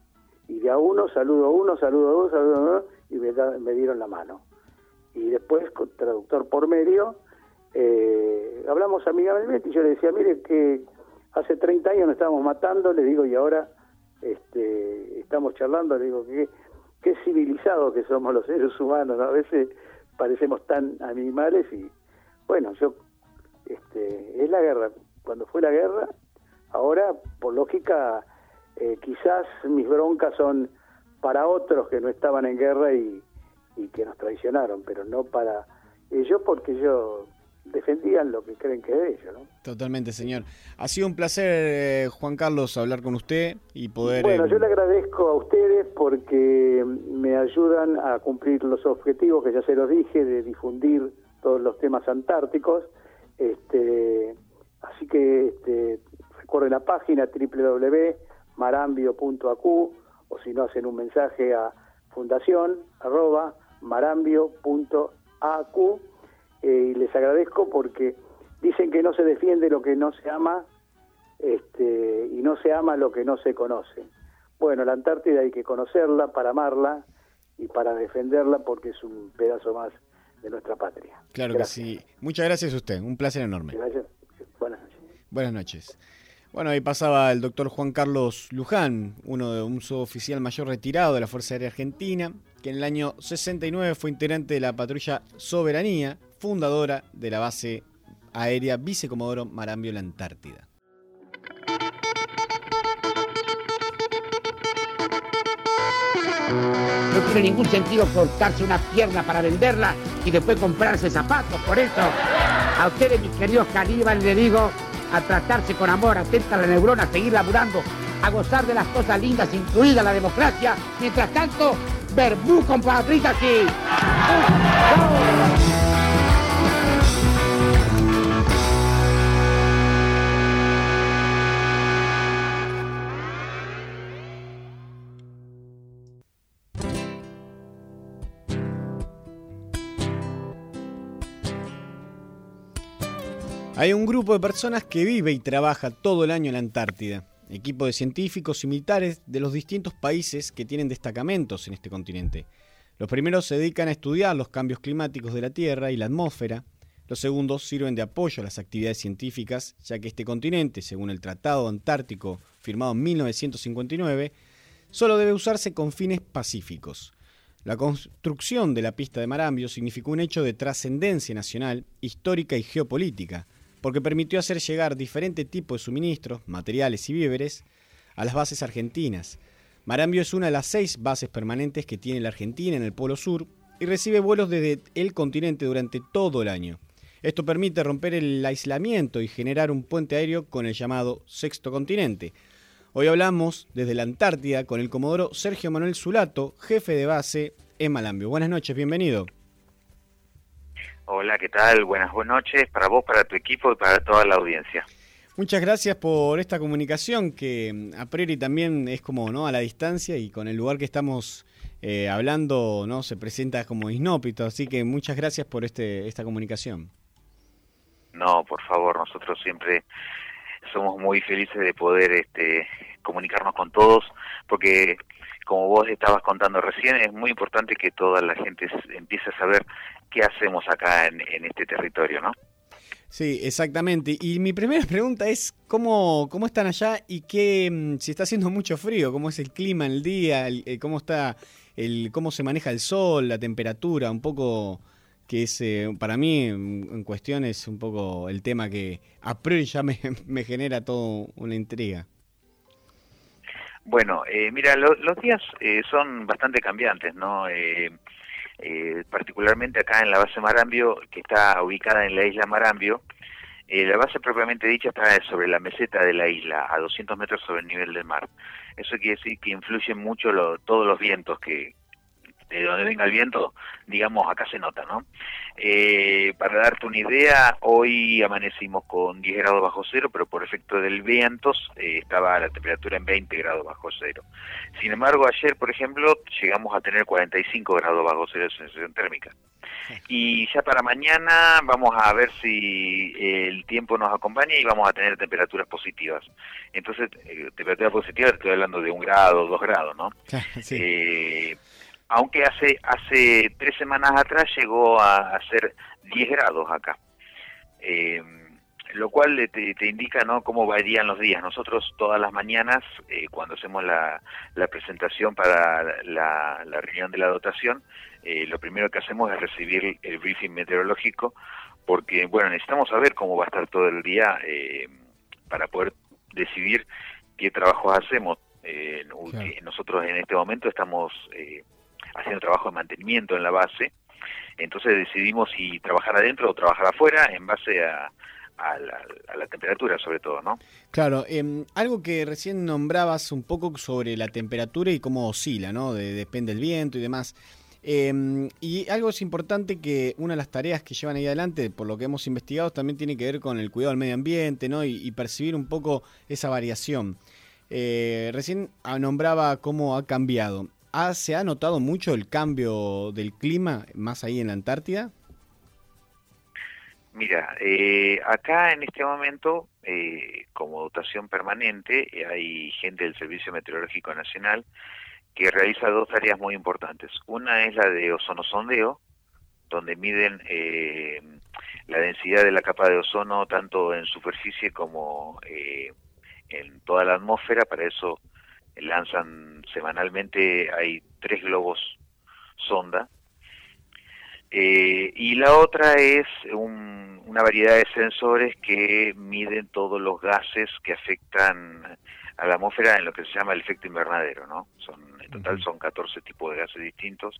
y de a uno saludo a uno, saludo a dos, saludo a dos, y me, da, me dieron la mano. Y después, con traductor por medio, eh, hablamos amigablemente, y yo le decía, mire que hace treinta años nos estábamos matando, le digo, y ahora este, estamos charlando, le digo, que qué civilizados que somos los seres humanos, ¿no? A veces parecemos tan animales y, bueno, yo, este, es la guerra. Cuando fue la guerra, ahora, por lógica, eh, quizás mis broncas son para otros que no estaban en guerra y, y que nos traicionaron, pero no para ellos, porque ellos defendían lo que creen que es de ellos, ¿no? Totalmente, señor. Ha sido un placer, eh, Juan Carlos, hablar con usted y poder... Bueno, eh... yo le agradezco a ustedes porque me ayudan a cumplir los objetivos que ya se los dije, de difundir todos los temas antárticos. Este, así que este, recorren la página doble u doble u doble u punto marambio punto a cu, o si no, hacen un mensaje a fundación arroba marambio punto a cu. Eh, y les agradezco porque dicen que no se defiende lo que no se ama, este, y no se ama lo que no se conoce. Bueno, la Antártida hay que conocerla para amarla y para defenderla, porque es un pedazo más de nuestra patria. Claro Gracias. que sí. Muchas gracias a usted, un placer enorme. Gracias. Buenas noches. Buenas noches. Bueno, ahí pasaba el doctor Juan Carlos Luján, uno de un suboficial mayor retirado de la Fuerza Aérea Argentina, que en el año sesenta y nueve fue integrante de la patrulla Soberanía, fundadora de la base aérea Vicecomodoro Marambio, la Antártida. No tiene ningún sentido cortarse una pierna para venderla y después comprarse zapatos. Por eso, a ustedes, mis queridos caníbales, les digo, a tratarse con amor, atenta a la neurona, a seguir laburando, a gozar de las cosas lindas, incluida la democracia. Mientras tanto, verbú, compatriotas, aquí. Hay un grupo de personas que vive y trabaja todo el año en la Antártida. Equipo de científicos y militares de los distintos países que tienen destacamentos en este continente. Los primeros se dedican a estudiar los cambios climáticos de la Tierra y la atmósfera. Los segundos sirven de apoyo a las actividades científicas, ya que este continente, según el Tratado Antártico firmado en mil novecientos cincuenta y nueve, solo debe usarse con fines pacíficos. La construcción de la pista de Marambio significó un hecho de trascendencia nacional, histórica y geopolítica, porque permitió hacer llegar diferentes tipos de suministros, materiales y víveres a las bases argentinas. Marambio es una de las seis bases permanentes que tiene la Argentina en el Polo Sur y recibe vuelos desde el continente durante todo el año. Esto permite romper el aislamiento y generar un puente aéreo con el llamado Sexto Continente. Hoy hablamos desde la Antártida con el comodoro Sergio Manuel Zulato, jefe de base en Marambio. Buenas noches, bienvenido. Hola, ¿qué tal? Buenas, buenas noches para vos, para tu equipo y para toda la audiencia. Muchas gracias por esta comunicación que a priori también es como, ¿no?, a la distancia, y con el lugar que estamos eh, hablando, ¿no?, se presenta como inhóspito, así que muchas gracias por este esta comunicación. No, por favor, nosotros siempre somos muy felices de poder este, comunicarnos con todos, porque como vos estabas contando recién, es muy importante que toda la gente empiece a saber qué hacemos acá en, en este territorio, ¿no? Sí, exactamente. Y mi primera pregunta es cómo cómo están allá y qué, si está haciendo mucho frío, cómo es el clima en el día, el, cómo está el cómo se maneja el sol, la temperatura, un poco, que es eh, para mí en cuestión es un poco el tema que a priori ya me, me genera todo una intriga. Bueno, eh, mira, lo, los días eh, son bastante cambiantes, ¿no? Eh, eh, particularmente acá en la base Marambio, que está ubicada en la isla Marambio. Eh, la base propiamente dicha está sobre la meseta de la isla, a doscientos metros sobre el nivel del mar. Eso quiere decir que influyen mucho lo, todos los vientos, que de donde venga el viento digamos, acá se nota, ¿no? Eh, para darte una idea, hoy amanecimos con diez grados bajo cero, pero por efecto del viento eh, estaba la temperatura en veinte grados bajo cero. Sin embargo, ayer, por ejemplo, llegamos a tener cuarenta y cinco grados bajo cero de sensación térmica. Y ya para mañana vamos a ver si el tiempo nos acompaña y vamos a tener temperaturas positivas. Entonces, eh, temperatura positiva, estoy hablando de un grado, dos grados, ¿no? Sí. Eh, aunque hace hace tres semanas atrás llegó a, a ser diez grados acá. Eh, lo cual te, te indica, ¿no?, cómo varían los días. Nosotros todas las mañanas, eh, cuando hacemos la, la presentación para la, la reunión de la dotación, eh, lo primero que hacemos es recibir el briefing meteorológico, porque, bueno, necesitamos saber cómo va a estar todo el día eh, para poder decidir qué trabajos hacemos. Eh, claro. Nosotros en este momento estamos eh, haciendo trabajo de mantenimiento en la base, entonces decidimos si trabajar adentro o trabajar afuera en base a A la, a la temperatura, sobre todo, ¿no? Claro, eh, algo que recién nombrabas un poco sobre la temperatura y cómo oscila, ¿no? De, depende del viento y demás. Eh, y algo es importante, que una de las tareas que llevan ahí adelante, por lo que hemos investigado, también tiene que ver con el cuidado del medio ambiente, ¿no? Y, y percibir un poco esa variación. Eh, recién nombraba cómo ha cambiado. ¿Ha, ¿Se ha notado mucho el cambio del clima más ahí en la Antártida? Mira, eh, acá en este momento, eh, como dotación permanente, hay gente del Servicio Meteorológico Nacional que realiza dos tareas muy importantes. Una es la de ozonosondeo, donde miden eh, la densidad de la capa de ozono tanto en superficie como eh, en toda la atmósfera. Para eso lanzan semanalmente, hay tres globos sonda. Eh, y la otra es un, una variedad de sensores que miden todos los gases que afectan a la atmósfera en lo que se llama el efecto invernadero, ¿no? Son, en total son catorce tipos de gases distintos.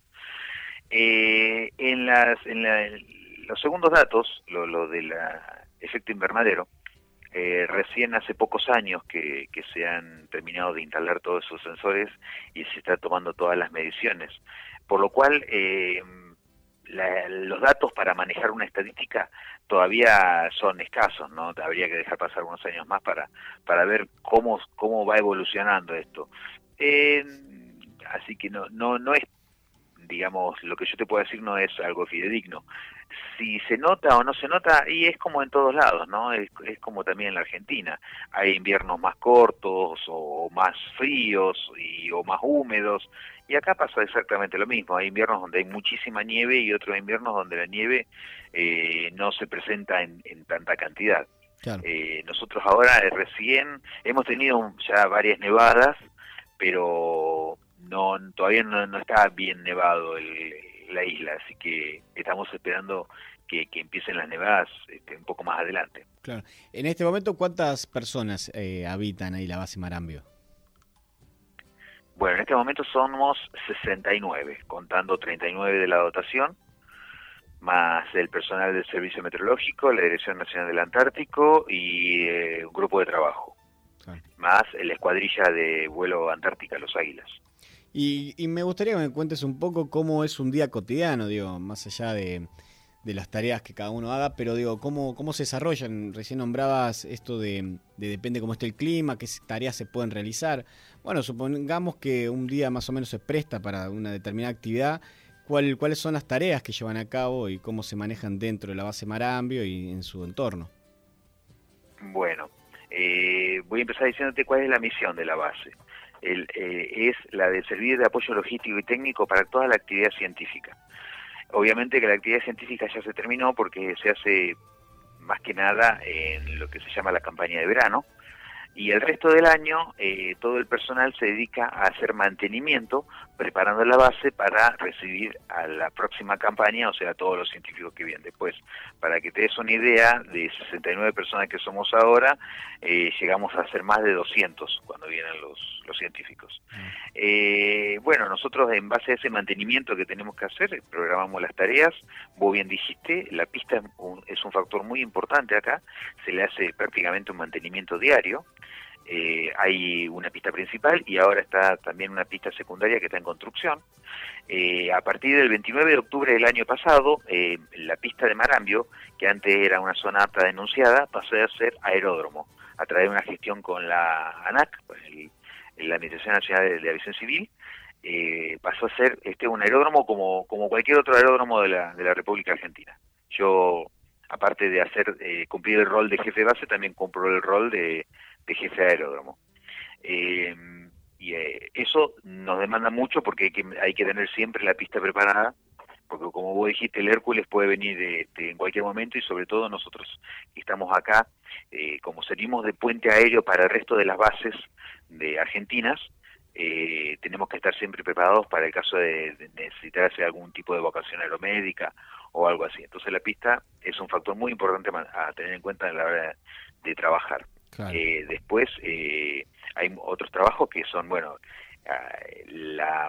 Eh, en, las, en, la, en los segundos datos, lo, lo del efecto invernadero, eh, recién hace pocos años que, que se han terminado de instalar todos esos sensores y se están tomando todas las mediciones, por lo cual eh, La, los datos para manejar una estadística todavía son escasos, ¿no? Habría que dejar pasar unos años más para para ver cómo cómo va evolucionando esto. Eh, así que no no no es, digamos, lo que yo te puedo decir no es algo fidedigno. Si se nota o no se nota, y es como en todos lados, ¿no? Es, es como también en la Argentina. Hay inviernos más cortos o más fríos y o más húmedos. Y acá pasa exactamente lo mismo. Hay inviernos donde hay muchísima nieve y otros inviernos donde la nieve eh, no se presenta en, en tanta cantidad. Claro. Eh, nosotros ahora eh, recién hemos tenido ya varias nevadas, pero no todavía no, no está bien nevado el, la isla, así que estamos esperando que, que empiecen las nevadas este, un poco más adelante. Claro. En este momento, ¿cuántas personas eh, habitan ahí la base Marambio? Bueno, en este momento somos sesenta y nueve, contando treinta y nueve de la dotación, más el personal del Servicio Meteorológico, la Dirección Nacional del Antártico y eh, un grupo de trabajo, claro, más la escuadrilla de vuelo Antártica, los Águilas. Y, y me gustaría que me cuentes un poco cómo es un día cotidiano, digo, más allá de, de las tareas que cada uno haga, pero digo, cómo, cómo se desarrollan. Recién nombrabas esto de, de depende cómo esté el clima, qué tareas se pueden realizar. Bueno, supongamos que un día más o menos se presta para una determinada actividad. ¿Cuál, ¿Cuáles son las tareas que llevan a cabo y cómo se manejan dentro de la base Marambio y en su entorno? Bueno, eh, voy a empezar diciéndote cuál es la misión de la base. El, eh, es la de servir de apoyo logístico y técnico para toda la actividad científica. Obviamente que la actividad científica ya se terminó porque se hace más que nada en lo que se llama la campaña de verano, y el resto del año eh, todo el personal se dedica a hacer mantenimiento, preparando la base para recibir a la próxima campaña, o sea, todos los científicos que vienen después. Para que te des una idea, de sesenta y nueve personas que somos ahora, eh, llegamos a ser más de doscientos cuando vienen los, los científicos. Eh, bueno, nosotros en base a ese mantenimiento que tenemos que hacer, programamos las tareas. Vos bien dijiste, la pista es un, es un factor muy importante acá, se le hace prácticamente un mantenimiento diario. Eh, hay una pista principal y ahora está también una pista secundaria que está en construcción. Eh, a partir del veintinueve de octubre del año pasado, eh, la pista de Marambio, que antes era una zona apta denunciada, pasó a ser aeródromo, a través de una gestión con la ANAC, el, la Administración Nacional de, de Aviación Civil. Eh, pasó a ser este un aeródromo como, como cualquier otro aeródromo de la, de la República Argentina. Yo, aparte de hacer eh, cumplir el rol de jefe de base, también cumplo el rol de, de jefe de aeródromo. Eh, y eh, eso nos demanda mucho porque hay que, hay que tener siempre la pista preparada, porque como vos dijiste, el Hércules puede venir de, de, en cualquier momento, y sobre todo nosotros que estamos acá, eh, como servimos de puente aéreo para el resto de las bases de argentinas, eh, tenemos que estar siempre preparados para el caso de, de necesitar hacer algún tipo de evacuación aeromédica o algo así. Entonces la pista es un factor muy importante a tener en cuenta a la hora de, de trabajar. Claro. Eh, después eh, hay otros trabajos que son, bueno, la,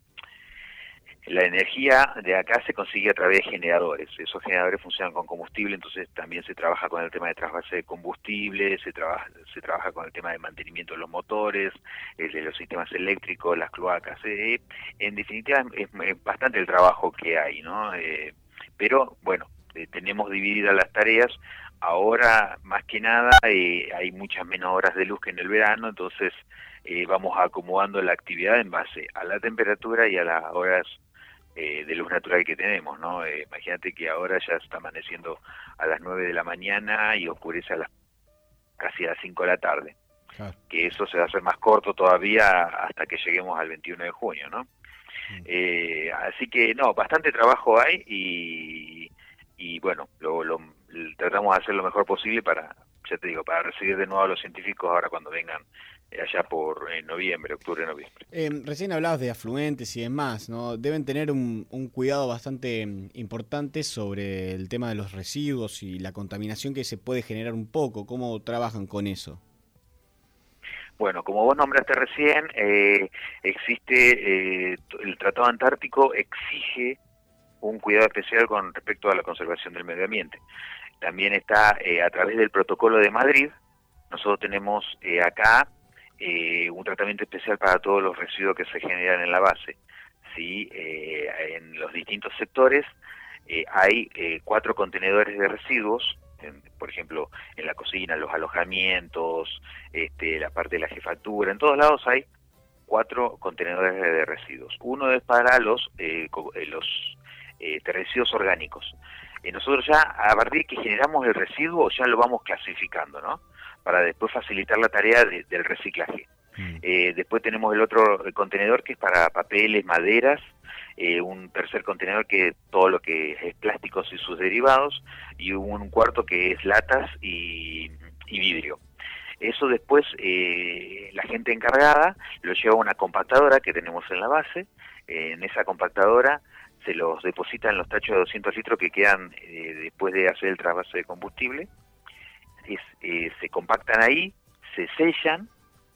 la energía de acá se consigue a través de generadores. Esos generadores funcionan con combustible, entonces también se trabaja con el tema de trasvase de combustible, se trabaja, se trabaja con el tema de mantenimiento de los motores, el de los sistemas eléctricos, las cloacas. Eh, en definitiva es, es bastante el trabajo que hay, ¿no? Eh, pero bueno, eh, tenemos divididas las tareas. Ahora, más que nada, eh, hay muchas menos horas de luz que en el verano, entonces eh, vamos acomodando la actividad en base a la temperatura y a las horas eh, de luz natural que tenemos, ¿no? Eh, imagínate que ahora ya está amaneciendo a las nueve de la mañana y oscurece a las casi a las cinco de la tarde. Claro. Que eso se va a hacer más corto todavía hasta que lleguemos al veintiuno de junio, ¿no? Mm. Eh, así que, no, bastante trabajo hay y, y bueno, lo... lo tratamos de hacer lo mejor posible para, ya te digo, para recibir de nuevo a los científicos ahora cuando vengan allá por eh, noviembre, octubre, noviembre. Eh, recién hablabas de afluentes y demás, ¿no? Deben tener un, un cuidado bastante importante sobre el tema de los residuos y la contaminación que se puede generar un poco. ¿Cómo trabajan con eso? Bueno, como vos nombraste recién, eh, existe, eh, el Tratado Antártico exige un cuidado especial con respecto a la conservación del medio ambiente. También está eh, a través del Protocolo de Madrid, nosotros tenemos eh, acá eh, un tratamiento especial para todos los residuos que se generan en la base. ¿Sí? Eh, en los distintos sectores eh, hay eh, cuatro contenedores de residuos, en, por ejemplo, en la cocina, los alojamientos, este, la parte de la jefatura, en todos lados hay cuatro contenedores de residuos. Uno es para los, eh, los eh, residuos orgánicos. Eh, nosotros ya, a partir de que generamos el residuo, ya lo vamos clasificando, ¿no? Para después facilitar la tarea de, del reciclaje. Mm. Eh, después tenemos el otro contenedor que es para papeles, maderas, eh, un tercer contenedor que es todo lo que es plásticos y sus derivados, y un cuarto que es latas y, y vidrio. Eso después eh, la gente encargada lo lleva a una compactadora que tenemos en la base. Eh, en esa compactadora se los deposita en los tachos de doscientos litros que quedan eh, después de hacer el trasvase de combustible. Es, eh, se compactan ahí, se sellan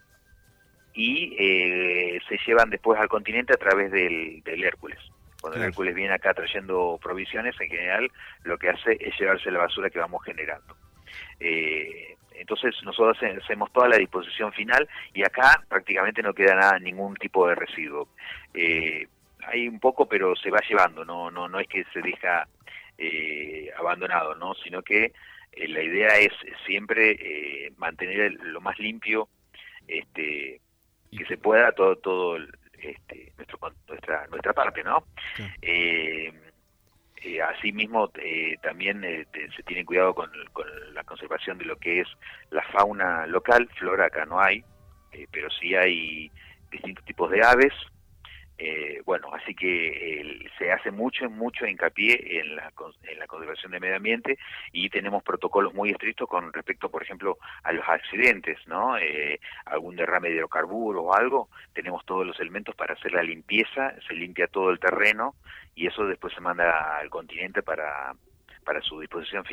y eh, se llevan después al continente a través del, del Hércules. Cuando claro. el Hércules viene acá trayendo provisiones, en general lo que hace es llevarse la basura que vamos generando. Eh, entonces nosotros hacemos toda la disposición final y acá prácticamente no queda nada, ningún tipo de residuo. Eh, hay un poco, pero se va llevando, no no no es que se deja eh, abandonado, no, sino que eh, la idea es siempre eh, mantener lo más limpio este que se pueda todo todo este nuestro nuestra nuestra parte, ¿no? Sí. Eh, eh, asimismo eh, también eh, te, se tiene cuidado con, con la conservación de lo que es la fauna local. Flora acá no hay, eh, pero sí hay distintos tipos de aves. Eh, bueno, así que eh, se hace mucho, mucho hincapié en la, en la conservación del medio ambiente y tenemos protocolos muy estrictos con respecto, por ejemplo, a los accidentes, ¿no? Eh, algún derrame de hidrocarburos o algo, tenemos todos los elementos para hacer la limpieza, se limpia todo el terreno y eso después se manda al continente para, para su disposición final.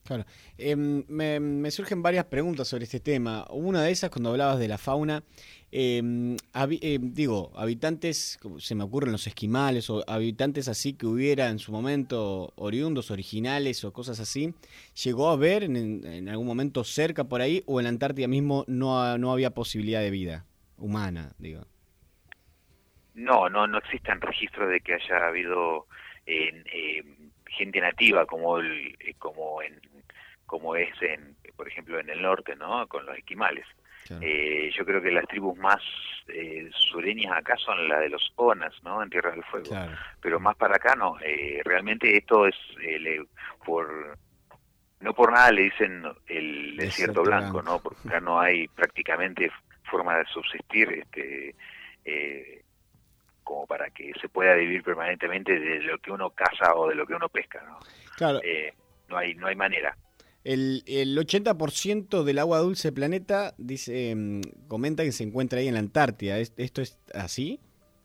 Claro. Eh, me, me surgen varias preguntas sobre este tema. Una de esas, cuando hablabas de la fauna, eh, habi- eh, digo, habitantes, como se me ocurren los esquimales, o habitantes así que hubiera en su momento oriundos, originales o cosas así, ¿llegó a haber en, en- en algún momento cerca por ahí o en la Antártida mismo no, ha- no había posibilidad de vida humana, digo? No, no, no existen registros de que haya habido eh, eh, gente nativa como el, eh, como en como es en, por ejemplo, en el norte, ¿no? Con los esquimales. Claro. Eh, yo creo que las tribus más eh, sureñas acá son las de los Onas, ¿no? En Tierra del Fuego. Claro. Pero más para acá no. Eh, realmente esto es eh, le- por no por nada le dicen el desierto Desierto blanco, blanco. ¿no? Porque acá no hay prácticamente forma de subsistir, este, eh, como para que se pueda vivir permanentemente de lo que uno caza o de lo que uno pesca, ¿no? Claro. Eh, no hay no hay manera. El, el ochenta por ciento del agua dulce del planeta dice, mm, comenta que se encuentra ahí en la Antártida. ¿Es- ¿Esto es así?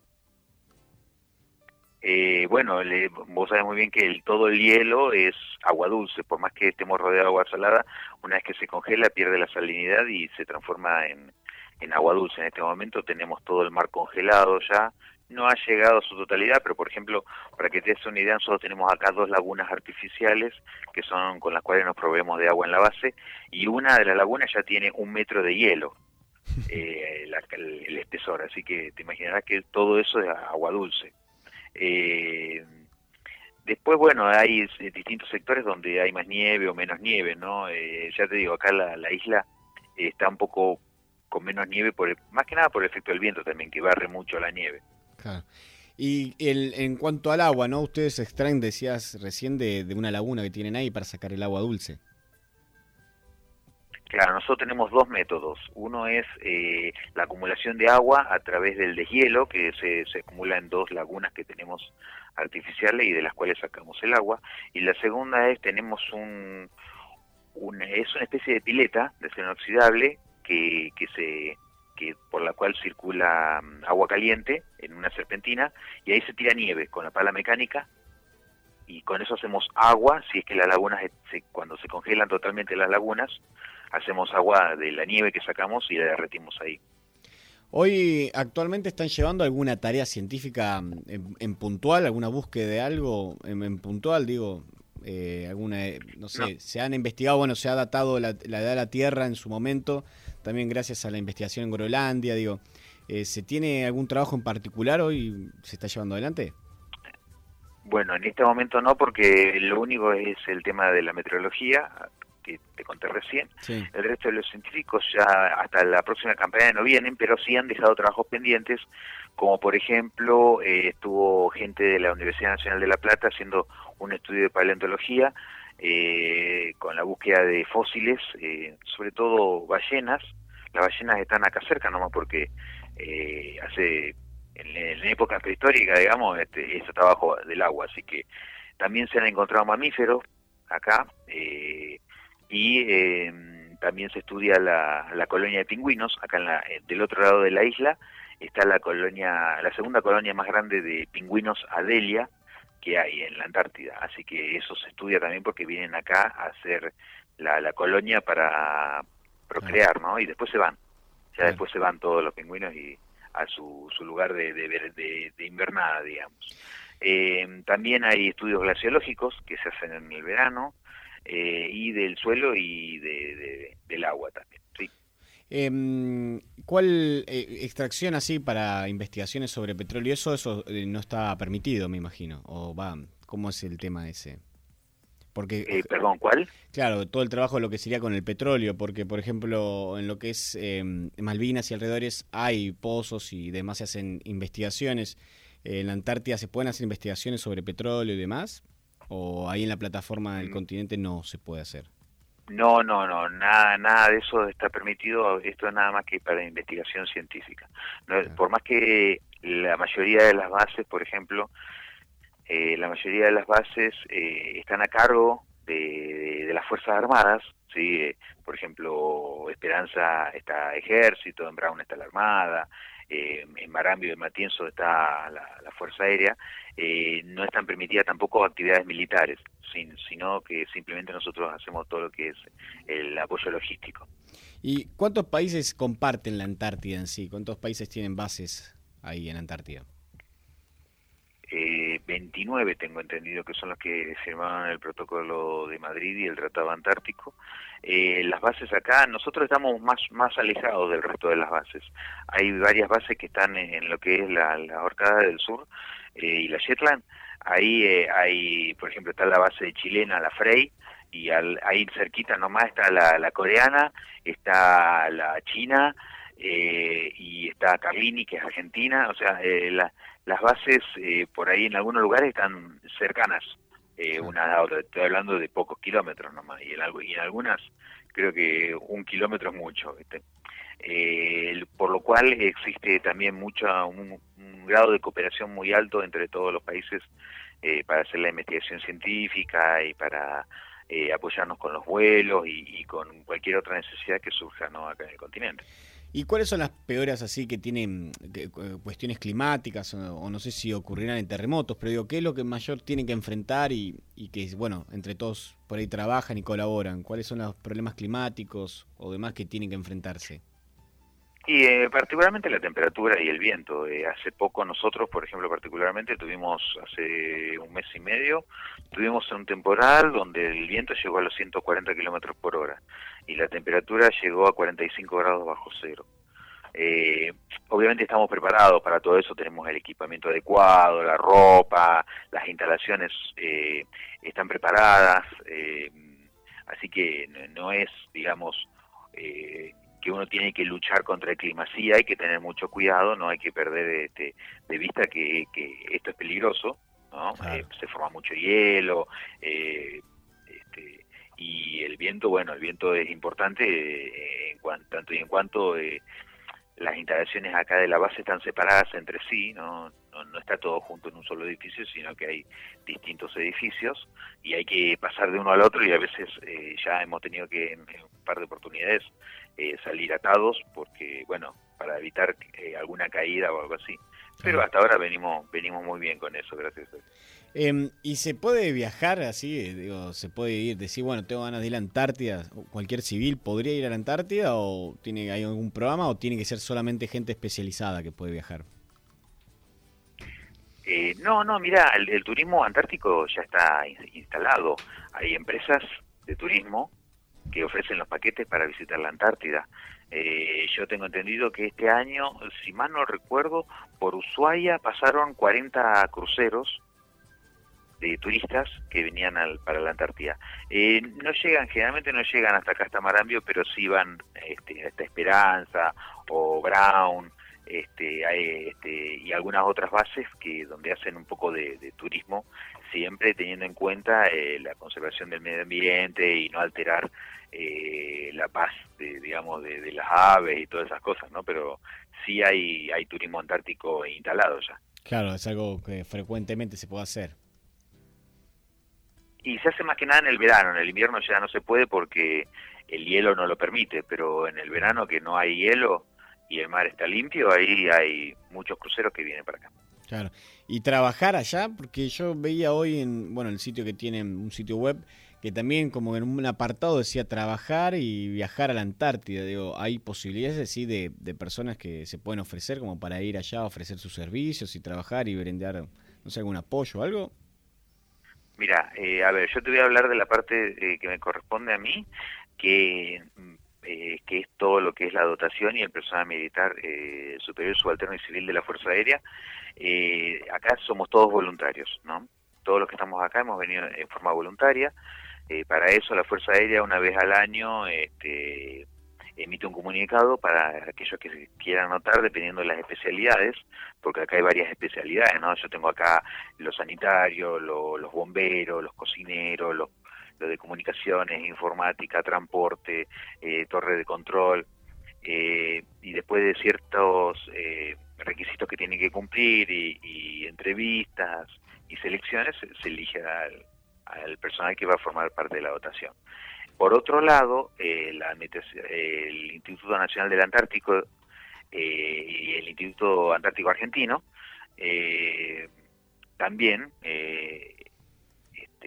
Eh, bueno, le- vos sabés muy bien que el, todo el hielo es agua dulce, por más que estemos rodeados de agua salada, una vez que se congela pierde la salinidad y se transforma en, en agua dulce. En este momento tenemos todo el mar congelado ya, no ha llegado a su totalidad, pero por ejemplo, para que te des una idea, nosotros tenemos acá dos lagunas artificiales que son con las cuales nos proveemos de agua en la base, y una de las lagunas ya tiene un metro de hielo, eh, la- el, el espesor, así que te imaginarás que todo eso es agua dulce. Eh, Después, bueno, hay eh, distintos sectores donde hay más nieve o menos nieve, ¿no? Eh, ya te digo, acá la, la isla eh, está un poco con menos nieve, por el- más que nada por el efecto del viento también, que barre mucho la nieve. Claro. Y el, en cuanto al agua, ¿no? Ustedes extraen, decías recién, de, de una laguna que tienen ahí para sacar el agua dulce. Claro, nosotros tenemos dos métodos. Uno es eh, la acumulación de agua a través del deshielo, que se, se acumula en dos lagunas que tenemos artificiales y de las cuales sacamos el agua. Y la segunda es, tenemos un, un es una especie de pileta de acero inoxidable que, que se que por la cual circula mm, agua caliente en una serpentina y ahí se tira nieve con la pala mecánica y con eso hacemos agua. Si es que las lagunas, se, cuando se congelan totalmente las lagunas, hacemos agua de la nieve que sacamos y la derretimos ahí. Hoy, actualmente, ¿están llevando alguna tarea científica mm, en, en puntual, alguna búsqueda de algo en, en puntual, digo, eh, alguna, eh, no sé, No. se han investigado, bueno, se ha datado la, la edad de la Tierra en su momento, también gracias a la investigación en Groenlandia, digo, eh, ¿se tiene algún trabajo en particular hoy, se está llevando adelante? Bueno, en este momento no, porque lo único es el tema de la meteorología, que te conté recién. Sí. El resto de los científicos ya hasta la próxima campaña no vienen, pero sí han dejado trabajos pendientes, como por ejemplo eh, estuvo gente de la Universidad Nacional de La Plata haciendo un estudio de paleontología eh, con la búsqueda de fósiles, eh, sobre todo ballenas. Las ballenas están acá cerca nomás porque eh, hace en, en época prehistórica, digamos, este, ese trabajo del agua, así que también se han encontrado mamíferos acá, eh, y eh, también se estudia la, la colonia de pingüinos, acá en la, eh, del otro lado de la isla está la colonia, la segunda colonia más grande de pingüinos Adelia que hay en la Antártida, así que eso se estudia también porque vienen acá a hacer la, la colonia para procrear, ¿no? Y después se van, ya Claro. después se van todos los pingüinos y a su, su lugar de, de, de, de invernada, digamos. Eh, también hay estudios glaciológicos que se hacen en el verano, eh, y del suelo y de, de, del agua también, sí. Eh, ¿Cuál eh, extracción así para investigaciones sobre petróleo? Eso, eso eh, no está permitido, me imagino. O va, ¿cómo es el tema ese? Porque, Eh, perdón, ¿cuál? claro, todo el trabajo de lo que sería con el petróleo, porque, por ejemplo, en lo que es eh, Malvinas y alrededores hay pozos y demás se hacen investigaciones. Eh, en la Antártida se pueden hacer investigaciones sobre petróleo y demás, o ahí en la plataforma del Mm. continente no se puede hacer. No, no, no, nada, nada de eso está permitido. Esto es nada más que para investigación científica. No, Claro. por más que la mayoría de las bases, por ejemplo, eh, la mayoría de las bases eh, están a cargo de, de, de las Fuerzas Armadas, ¿sí? Eh, por ejemplo, Esperanza está Ejército, en Brown está la Armada, eh, en Marambio y en Matienzo está la, la Fuerza Aérea. Eh, no están permitidas tampoco actividades militares, sin, sino que simplemente nosotros hacemos todo lo que es el apoyo logístico. ¿Y cuántos países comparten la Antártida en sí? ¿Cuántos países tienen bases ahí en Antártida? Eh, veintinueve tengo entendido que son los que firmaron el protocolo de Madrid y el Tratado Antártico. Eh, las bases acá, nosotros estamos más más alejados del resto de las bases. Hay varias bases que están en, en lo que es la, la Orcada del Sur eh, y la Shetland. Ahí eh, hay, por ejemplo, está la base chilena, la Frey, y al, ahí cerquita nomás está la, la coreana, está la china, eh, y está Carlini, que es argentina. O sea, eh, la, las bases eh, por ahí en algunos lugares están cercanas, eh, una a otra. Estoy hablando de pocos kilómetros nomás, y en, algo, y en algunas creo que un kilómetro es mucho, ¿viste? Eh, por lo cual existe también mucha un, un grado de cooperación muy alto entre todos los países eh, para hacer la investigación científica y para eh, apoyarnos con los vuelos y, y con cualquier otra necesidad que surja, ¿no?, acá en el continente. ¿Y cuáles son las peores así que tienen que, cuestiones climáticas o, o no sé si ocurrirán en terremotos, pero digo, ¿qué es lo que mayor tienen que enfrentar y, y que, bueno, entre todos por ahí trabajan y colaboran? ¿Cuáles son los problemas climáticos o demás que tienen que enfrentarse? Y eh, particularmente la temperatura y el viento. Eh, hace poco nosotros, por ejemplo, particularmente tuvimos, hace un mes y medio, tuvimos un temporal donde el viento llegó a los ciento cuarenta kilómetros por hora y la temperatura llegó a cuarenta y cinco grados bajo cero. Eh, obviamente estamos preparados para todo eso, tenemos el equipamiento adecuado, la ropa, las instalaciones eh, están preparadas, eh, así que no, no es, digamos, eh, que uno tiene que luchar contra el clima. Sí hay que tener mucho cuidado, no hay que perder este, de vista que, que esto es peligroso, ¿no? Claro. Eh, se forma mucho hielo, eh, este, y el viento, bueno, el viento es importante eh, en cuanto, tanto y en cuanto eh, las instalaciones acá de la base están separadas entre sí, ¿no? No, no está todo junto en un solo edificio, sino que hay distintos edificios y hay que pasar de uno al otro, y a veces eh, ya hemos tenido que en, en un par de oportunidades eh, salir atados porque, bueno, para evitar eh, alguna caída o algo así. Pero hasta ahora venimos venimos muy bien con eso, gracias a Dios. Eh, ¿Y se puede viajar así? Digo, ¿se puede ir, decir, bueno, tengo ganas de ir a la Antártida? ¿Cualquier civil podría ir a la Antártida o tiene hay algún programa o tiene que ser solamente gente especializada que puede viajar? Eh, no, no, mira, el, el turismo antártico ya está instalado. Hay empresas de turismo que ofrecen los paquetes para visitar la Antártida. Eh, yo tengo entendido que este año, si mal no recuerdo, por Ushuaia pasaron cuarenta cruceros de turistas que venían al, para la Antártida. Eh, no llegan, generalmente no llegan hasta acá, hasta Marambio, pero sí van este, hasta Esperanza o Brown, este, hay, este, y algunas otras bases que donde hacen un poco de, de turismo, siempre teniendo en cuenta eh, la conservación del medio ambiente y no alterar eh, la paz, de, digamos, de, de las aves y todas esas cosas, ¿no? Pero sí hay, hay turismo antártico instalado ya. Claro, es algo que frecuentemente se puede hacer. Y se hace más que nada en el verano, en el invierno ya no se puede porque el hielo no lo permite, pero en el verano que no hay hielo y el mar está limpio, ahí hay muchos cruceros que vienen para acá. Claro. Y trabajar allá, porque yo veía hoy en, bueno, el sitio que tienen, un sitio web, que también como en un apartado decía trabajar y viajar a la Antártida. Digo, ¿hay posibilidades así de, de personas que se pueden ofrecer como para ir allá a ofrecer sus servicios y trabajar y brindar, no sé, algún apoyo o algo? Mira, eh, a ver, yo te voy a hablar de la parte eh, que me corresponde a mí, que eh, que es todo lo que es la dotación y el personal militar eh, superior, subalterno y civil de la Fuerza Aérea. Eh, acá somos todos voluntarios, ¿no? Todos los que estamos acá hemos venido en forma voluntaria. Eh, para eso la Fuerza Aérea una vez al año este, emite un comunicado para aquellos que quieran anotar dependiendo de las especialidades, porque acá hay varias especialidades, ¿no? Yo tengo acá los sanitarios, lo, los bomberos, los cocineros, los, los de comunicaciones, informática, transporte, eh, torre de control, eh, y después de ciertos eh, requisitos que tienen que cumplir y, y entrevistas y selecciones, se, se elige al, al personal que va a formar parte de la dotación. Por otro lado, eh, la, el Instituto Nacional del Antártico eh, y el Instituto Antártico Argentino eh, también eh, este,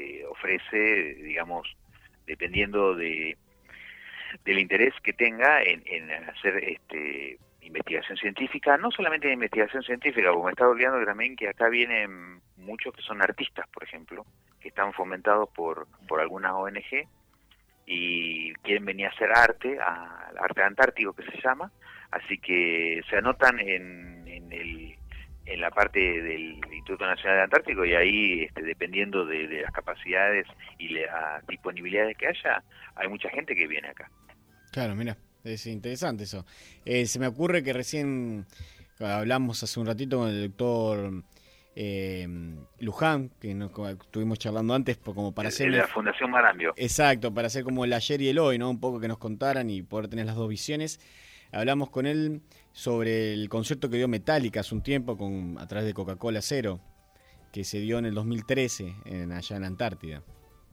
ofrece, digamos, dependiendo de del interés que tenga en, en hacer este investigación científica, no solamente de investigación científica, porque me estaba olvidando también que acá vienen muchos que son artistas, por ejemplo, que están fomentados por, por algunas O N G y quieren venir a hacer arte, a, arte antártico que se llama, así que se anotan en, en, el, en la parte del Instituto Nacional de Antártico y ahí, este, dependiendo de, de las capacidades y las disponibilidades que haya, hay mucha gente que viene acá. Claro, mira, es interesante eso. Eh, se me ocurre que recién hablamos hace un ratito con el doctor eh, Luján, que nos estuvimos charlando antes, como para hacer... De la Fundación Marambio. Exacto, para hacer como el ayer y el hoy, ¿no? Un poco que nos contaran y poder tener las dos visiones. Hablamos con él sobre el concierto que dio Metallica hace un tiempo con, a través de Coca-Cola Cero, que se dio en el dos mil trece en, allá en la Antártida.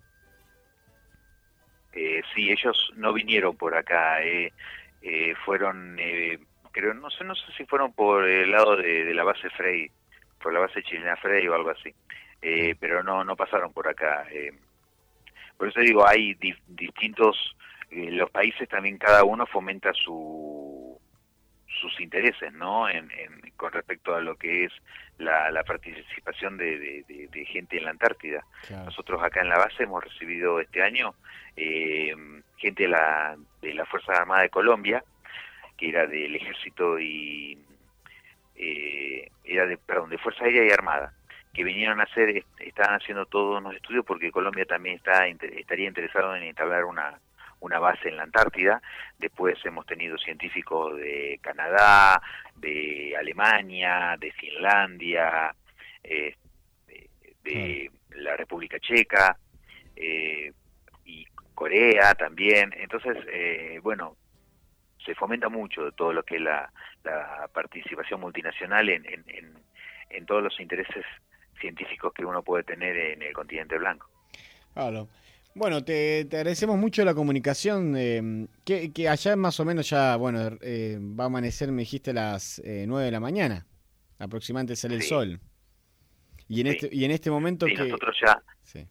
Eh, sí, ellos no vinieron por acá, eh, eh, fueron, eh, creo, no sé, no sé si fueron por el lado de, de la base Frey, por la base chilena Frey o algo así, eh, pero no, no pasaron por acá. Eh. Por eso digo, hay di distintos, eh, los países también cada uno fomenta su sus intereses, ¿no? En, en, con respecto a lo que es la, la participación de, de, de, de gente en la Antártida. Claro. Nosotros acá en la base hemos recibido este año eh, gente de la, de la Fuerza Armada de Colombia, que era del Ejército y eh, era de, perdón, de Fuerza Aérea y Armada, que vinieron a hacer, estaban haciendo todos unos estudios porque Colombia también está estaría interesado en instalar una una base en la Antártida. Después hemos tenido científicos de Canadá, de Alemania, de Finlandia, eh, de, de la República Checa eh, y Corea también. Entonces, eh, bueno, se fomenta mucho todo lo que es la, la participación multinacional en, en, en, en todos los intereses científicos que uno puede tener en el continente blanco. Claro. Bueno, te, te agradecemos mucho la comunicación, eh, que, que allá más o menos ya, bueno, eh, va a amanecer, me dijiste, a las eh, nueve de la mañana, aproximadamente sale sí. el sol. Y en, sí. este, y en este momento sí, que... nosotros ya... Sí.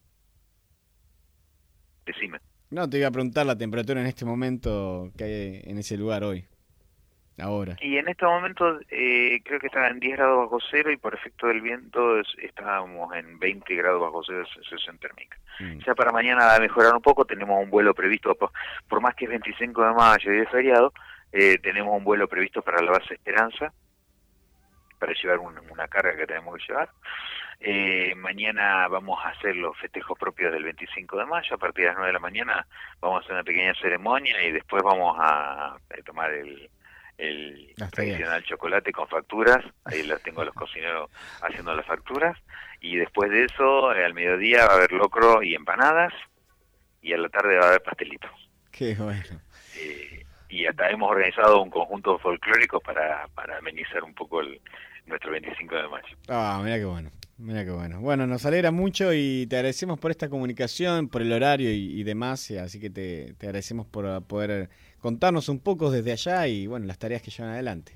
Decime. No, te iba a preguntar la temperatura en este momento que hay en ese lugar hoy, ahora. Y en estos momentos eh, creo que está en diez grados bajo cero y por efecto del viento es, estábamos en veinte grados bajo cero de sensación térmica. Mm. Ya para mañana va a mejorar un poco, tenemos un vuelo previsto, por, por más que es veinticinco de mayo y es feriado, eh, tenemos un vuelo previsto para la base Esperanza, para llevar un, una carga que tenemos que llevar. Eh, mañana vamos a hacer los festejos propios del veinticinco de mayo, a partir de las nueve de la mañana vamos a hacer una pequeña ceremonia y después vamos a, a tomar el... el Hasta tradicional bien. chocolate con facturas, ahí los tengo a los cocineros haciendo las facturas, y después de eso, eh, al mediodía va a haber locro y empanadas, y a la tarde va a haber pastelitos. Qué bueno. Eh, y hasta hemos organizado un conjunto folclórico para, para amenizar un poco el, nuestro veinticinco de mayo. Ah, mira qué bueno, mira qué bueno. Bueno, nos alegra mucho y te agradecemos por esta comunicación, por el horario y, y demás, así que te, te agradecemos por poder contarnos un poco desde allá y bueno, las tareas que llevan adelante.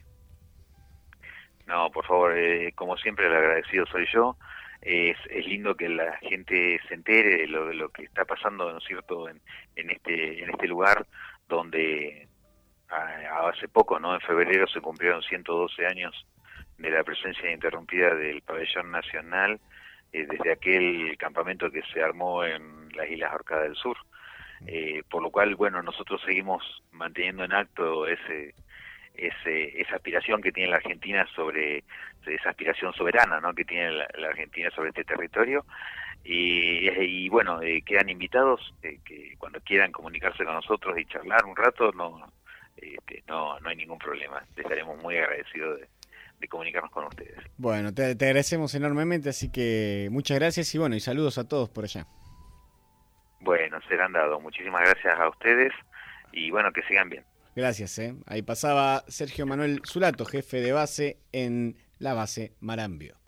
No, por favor, eh, como siempre el agradecido soy yo. Es, es lindo que la gente se entere de lo, de lo que está pasando, ¿no es cierto?, en, en este en este lugar donde a, hace poco, ¿no?, en febrero se cumplieron ciento doce años de la presencia ininterrumpida del pabellón nacional eh, desde aquel campamento que se armó en las Islas Orcadas del Sur. Eh, por lo cual, bueno, nosotros seguimos manteniendo en acto ese, ese esa aspiración que tiene la Argentina sobre, esa aspiración soberana, ¿no?, que tiene la, la Argentina sobre este territorio. Y, y bueno, eh, quedan invitados eh, que cuando quieran comunicarse con nosotros y charlar un rato, no, eh, no, no hay ningún problema. Estaremos muy agradecidos de, de comunicarnos con ustedes. Bueno, te, te agradecemos enormemente, así que muchas gracias y bueno, y saludos a todos por allá. Bueno, serán dados. Muchísimas gracias a ustedes y bueno, que sigan bien. Gracias, ¿eh? Ahí pasaba Sergio Manuel Zulato, jefe de base en la base Marambio.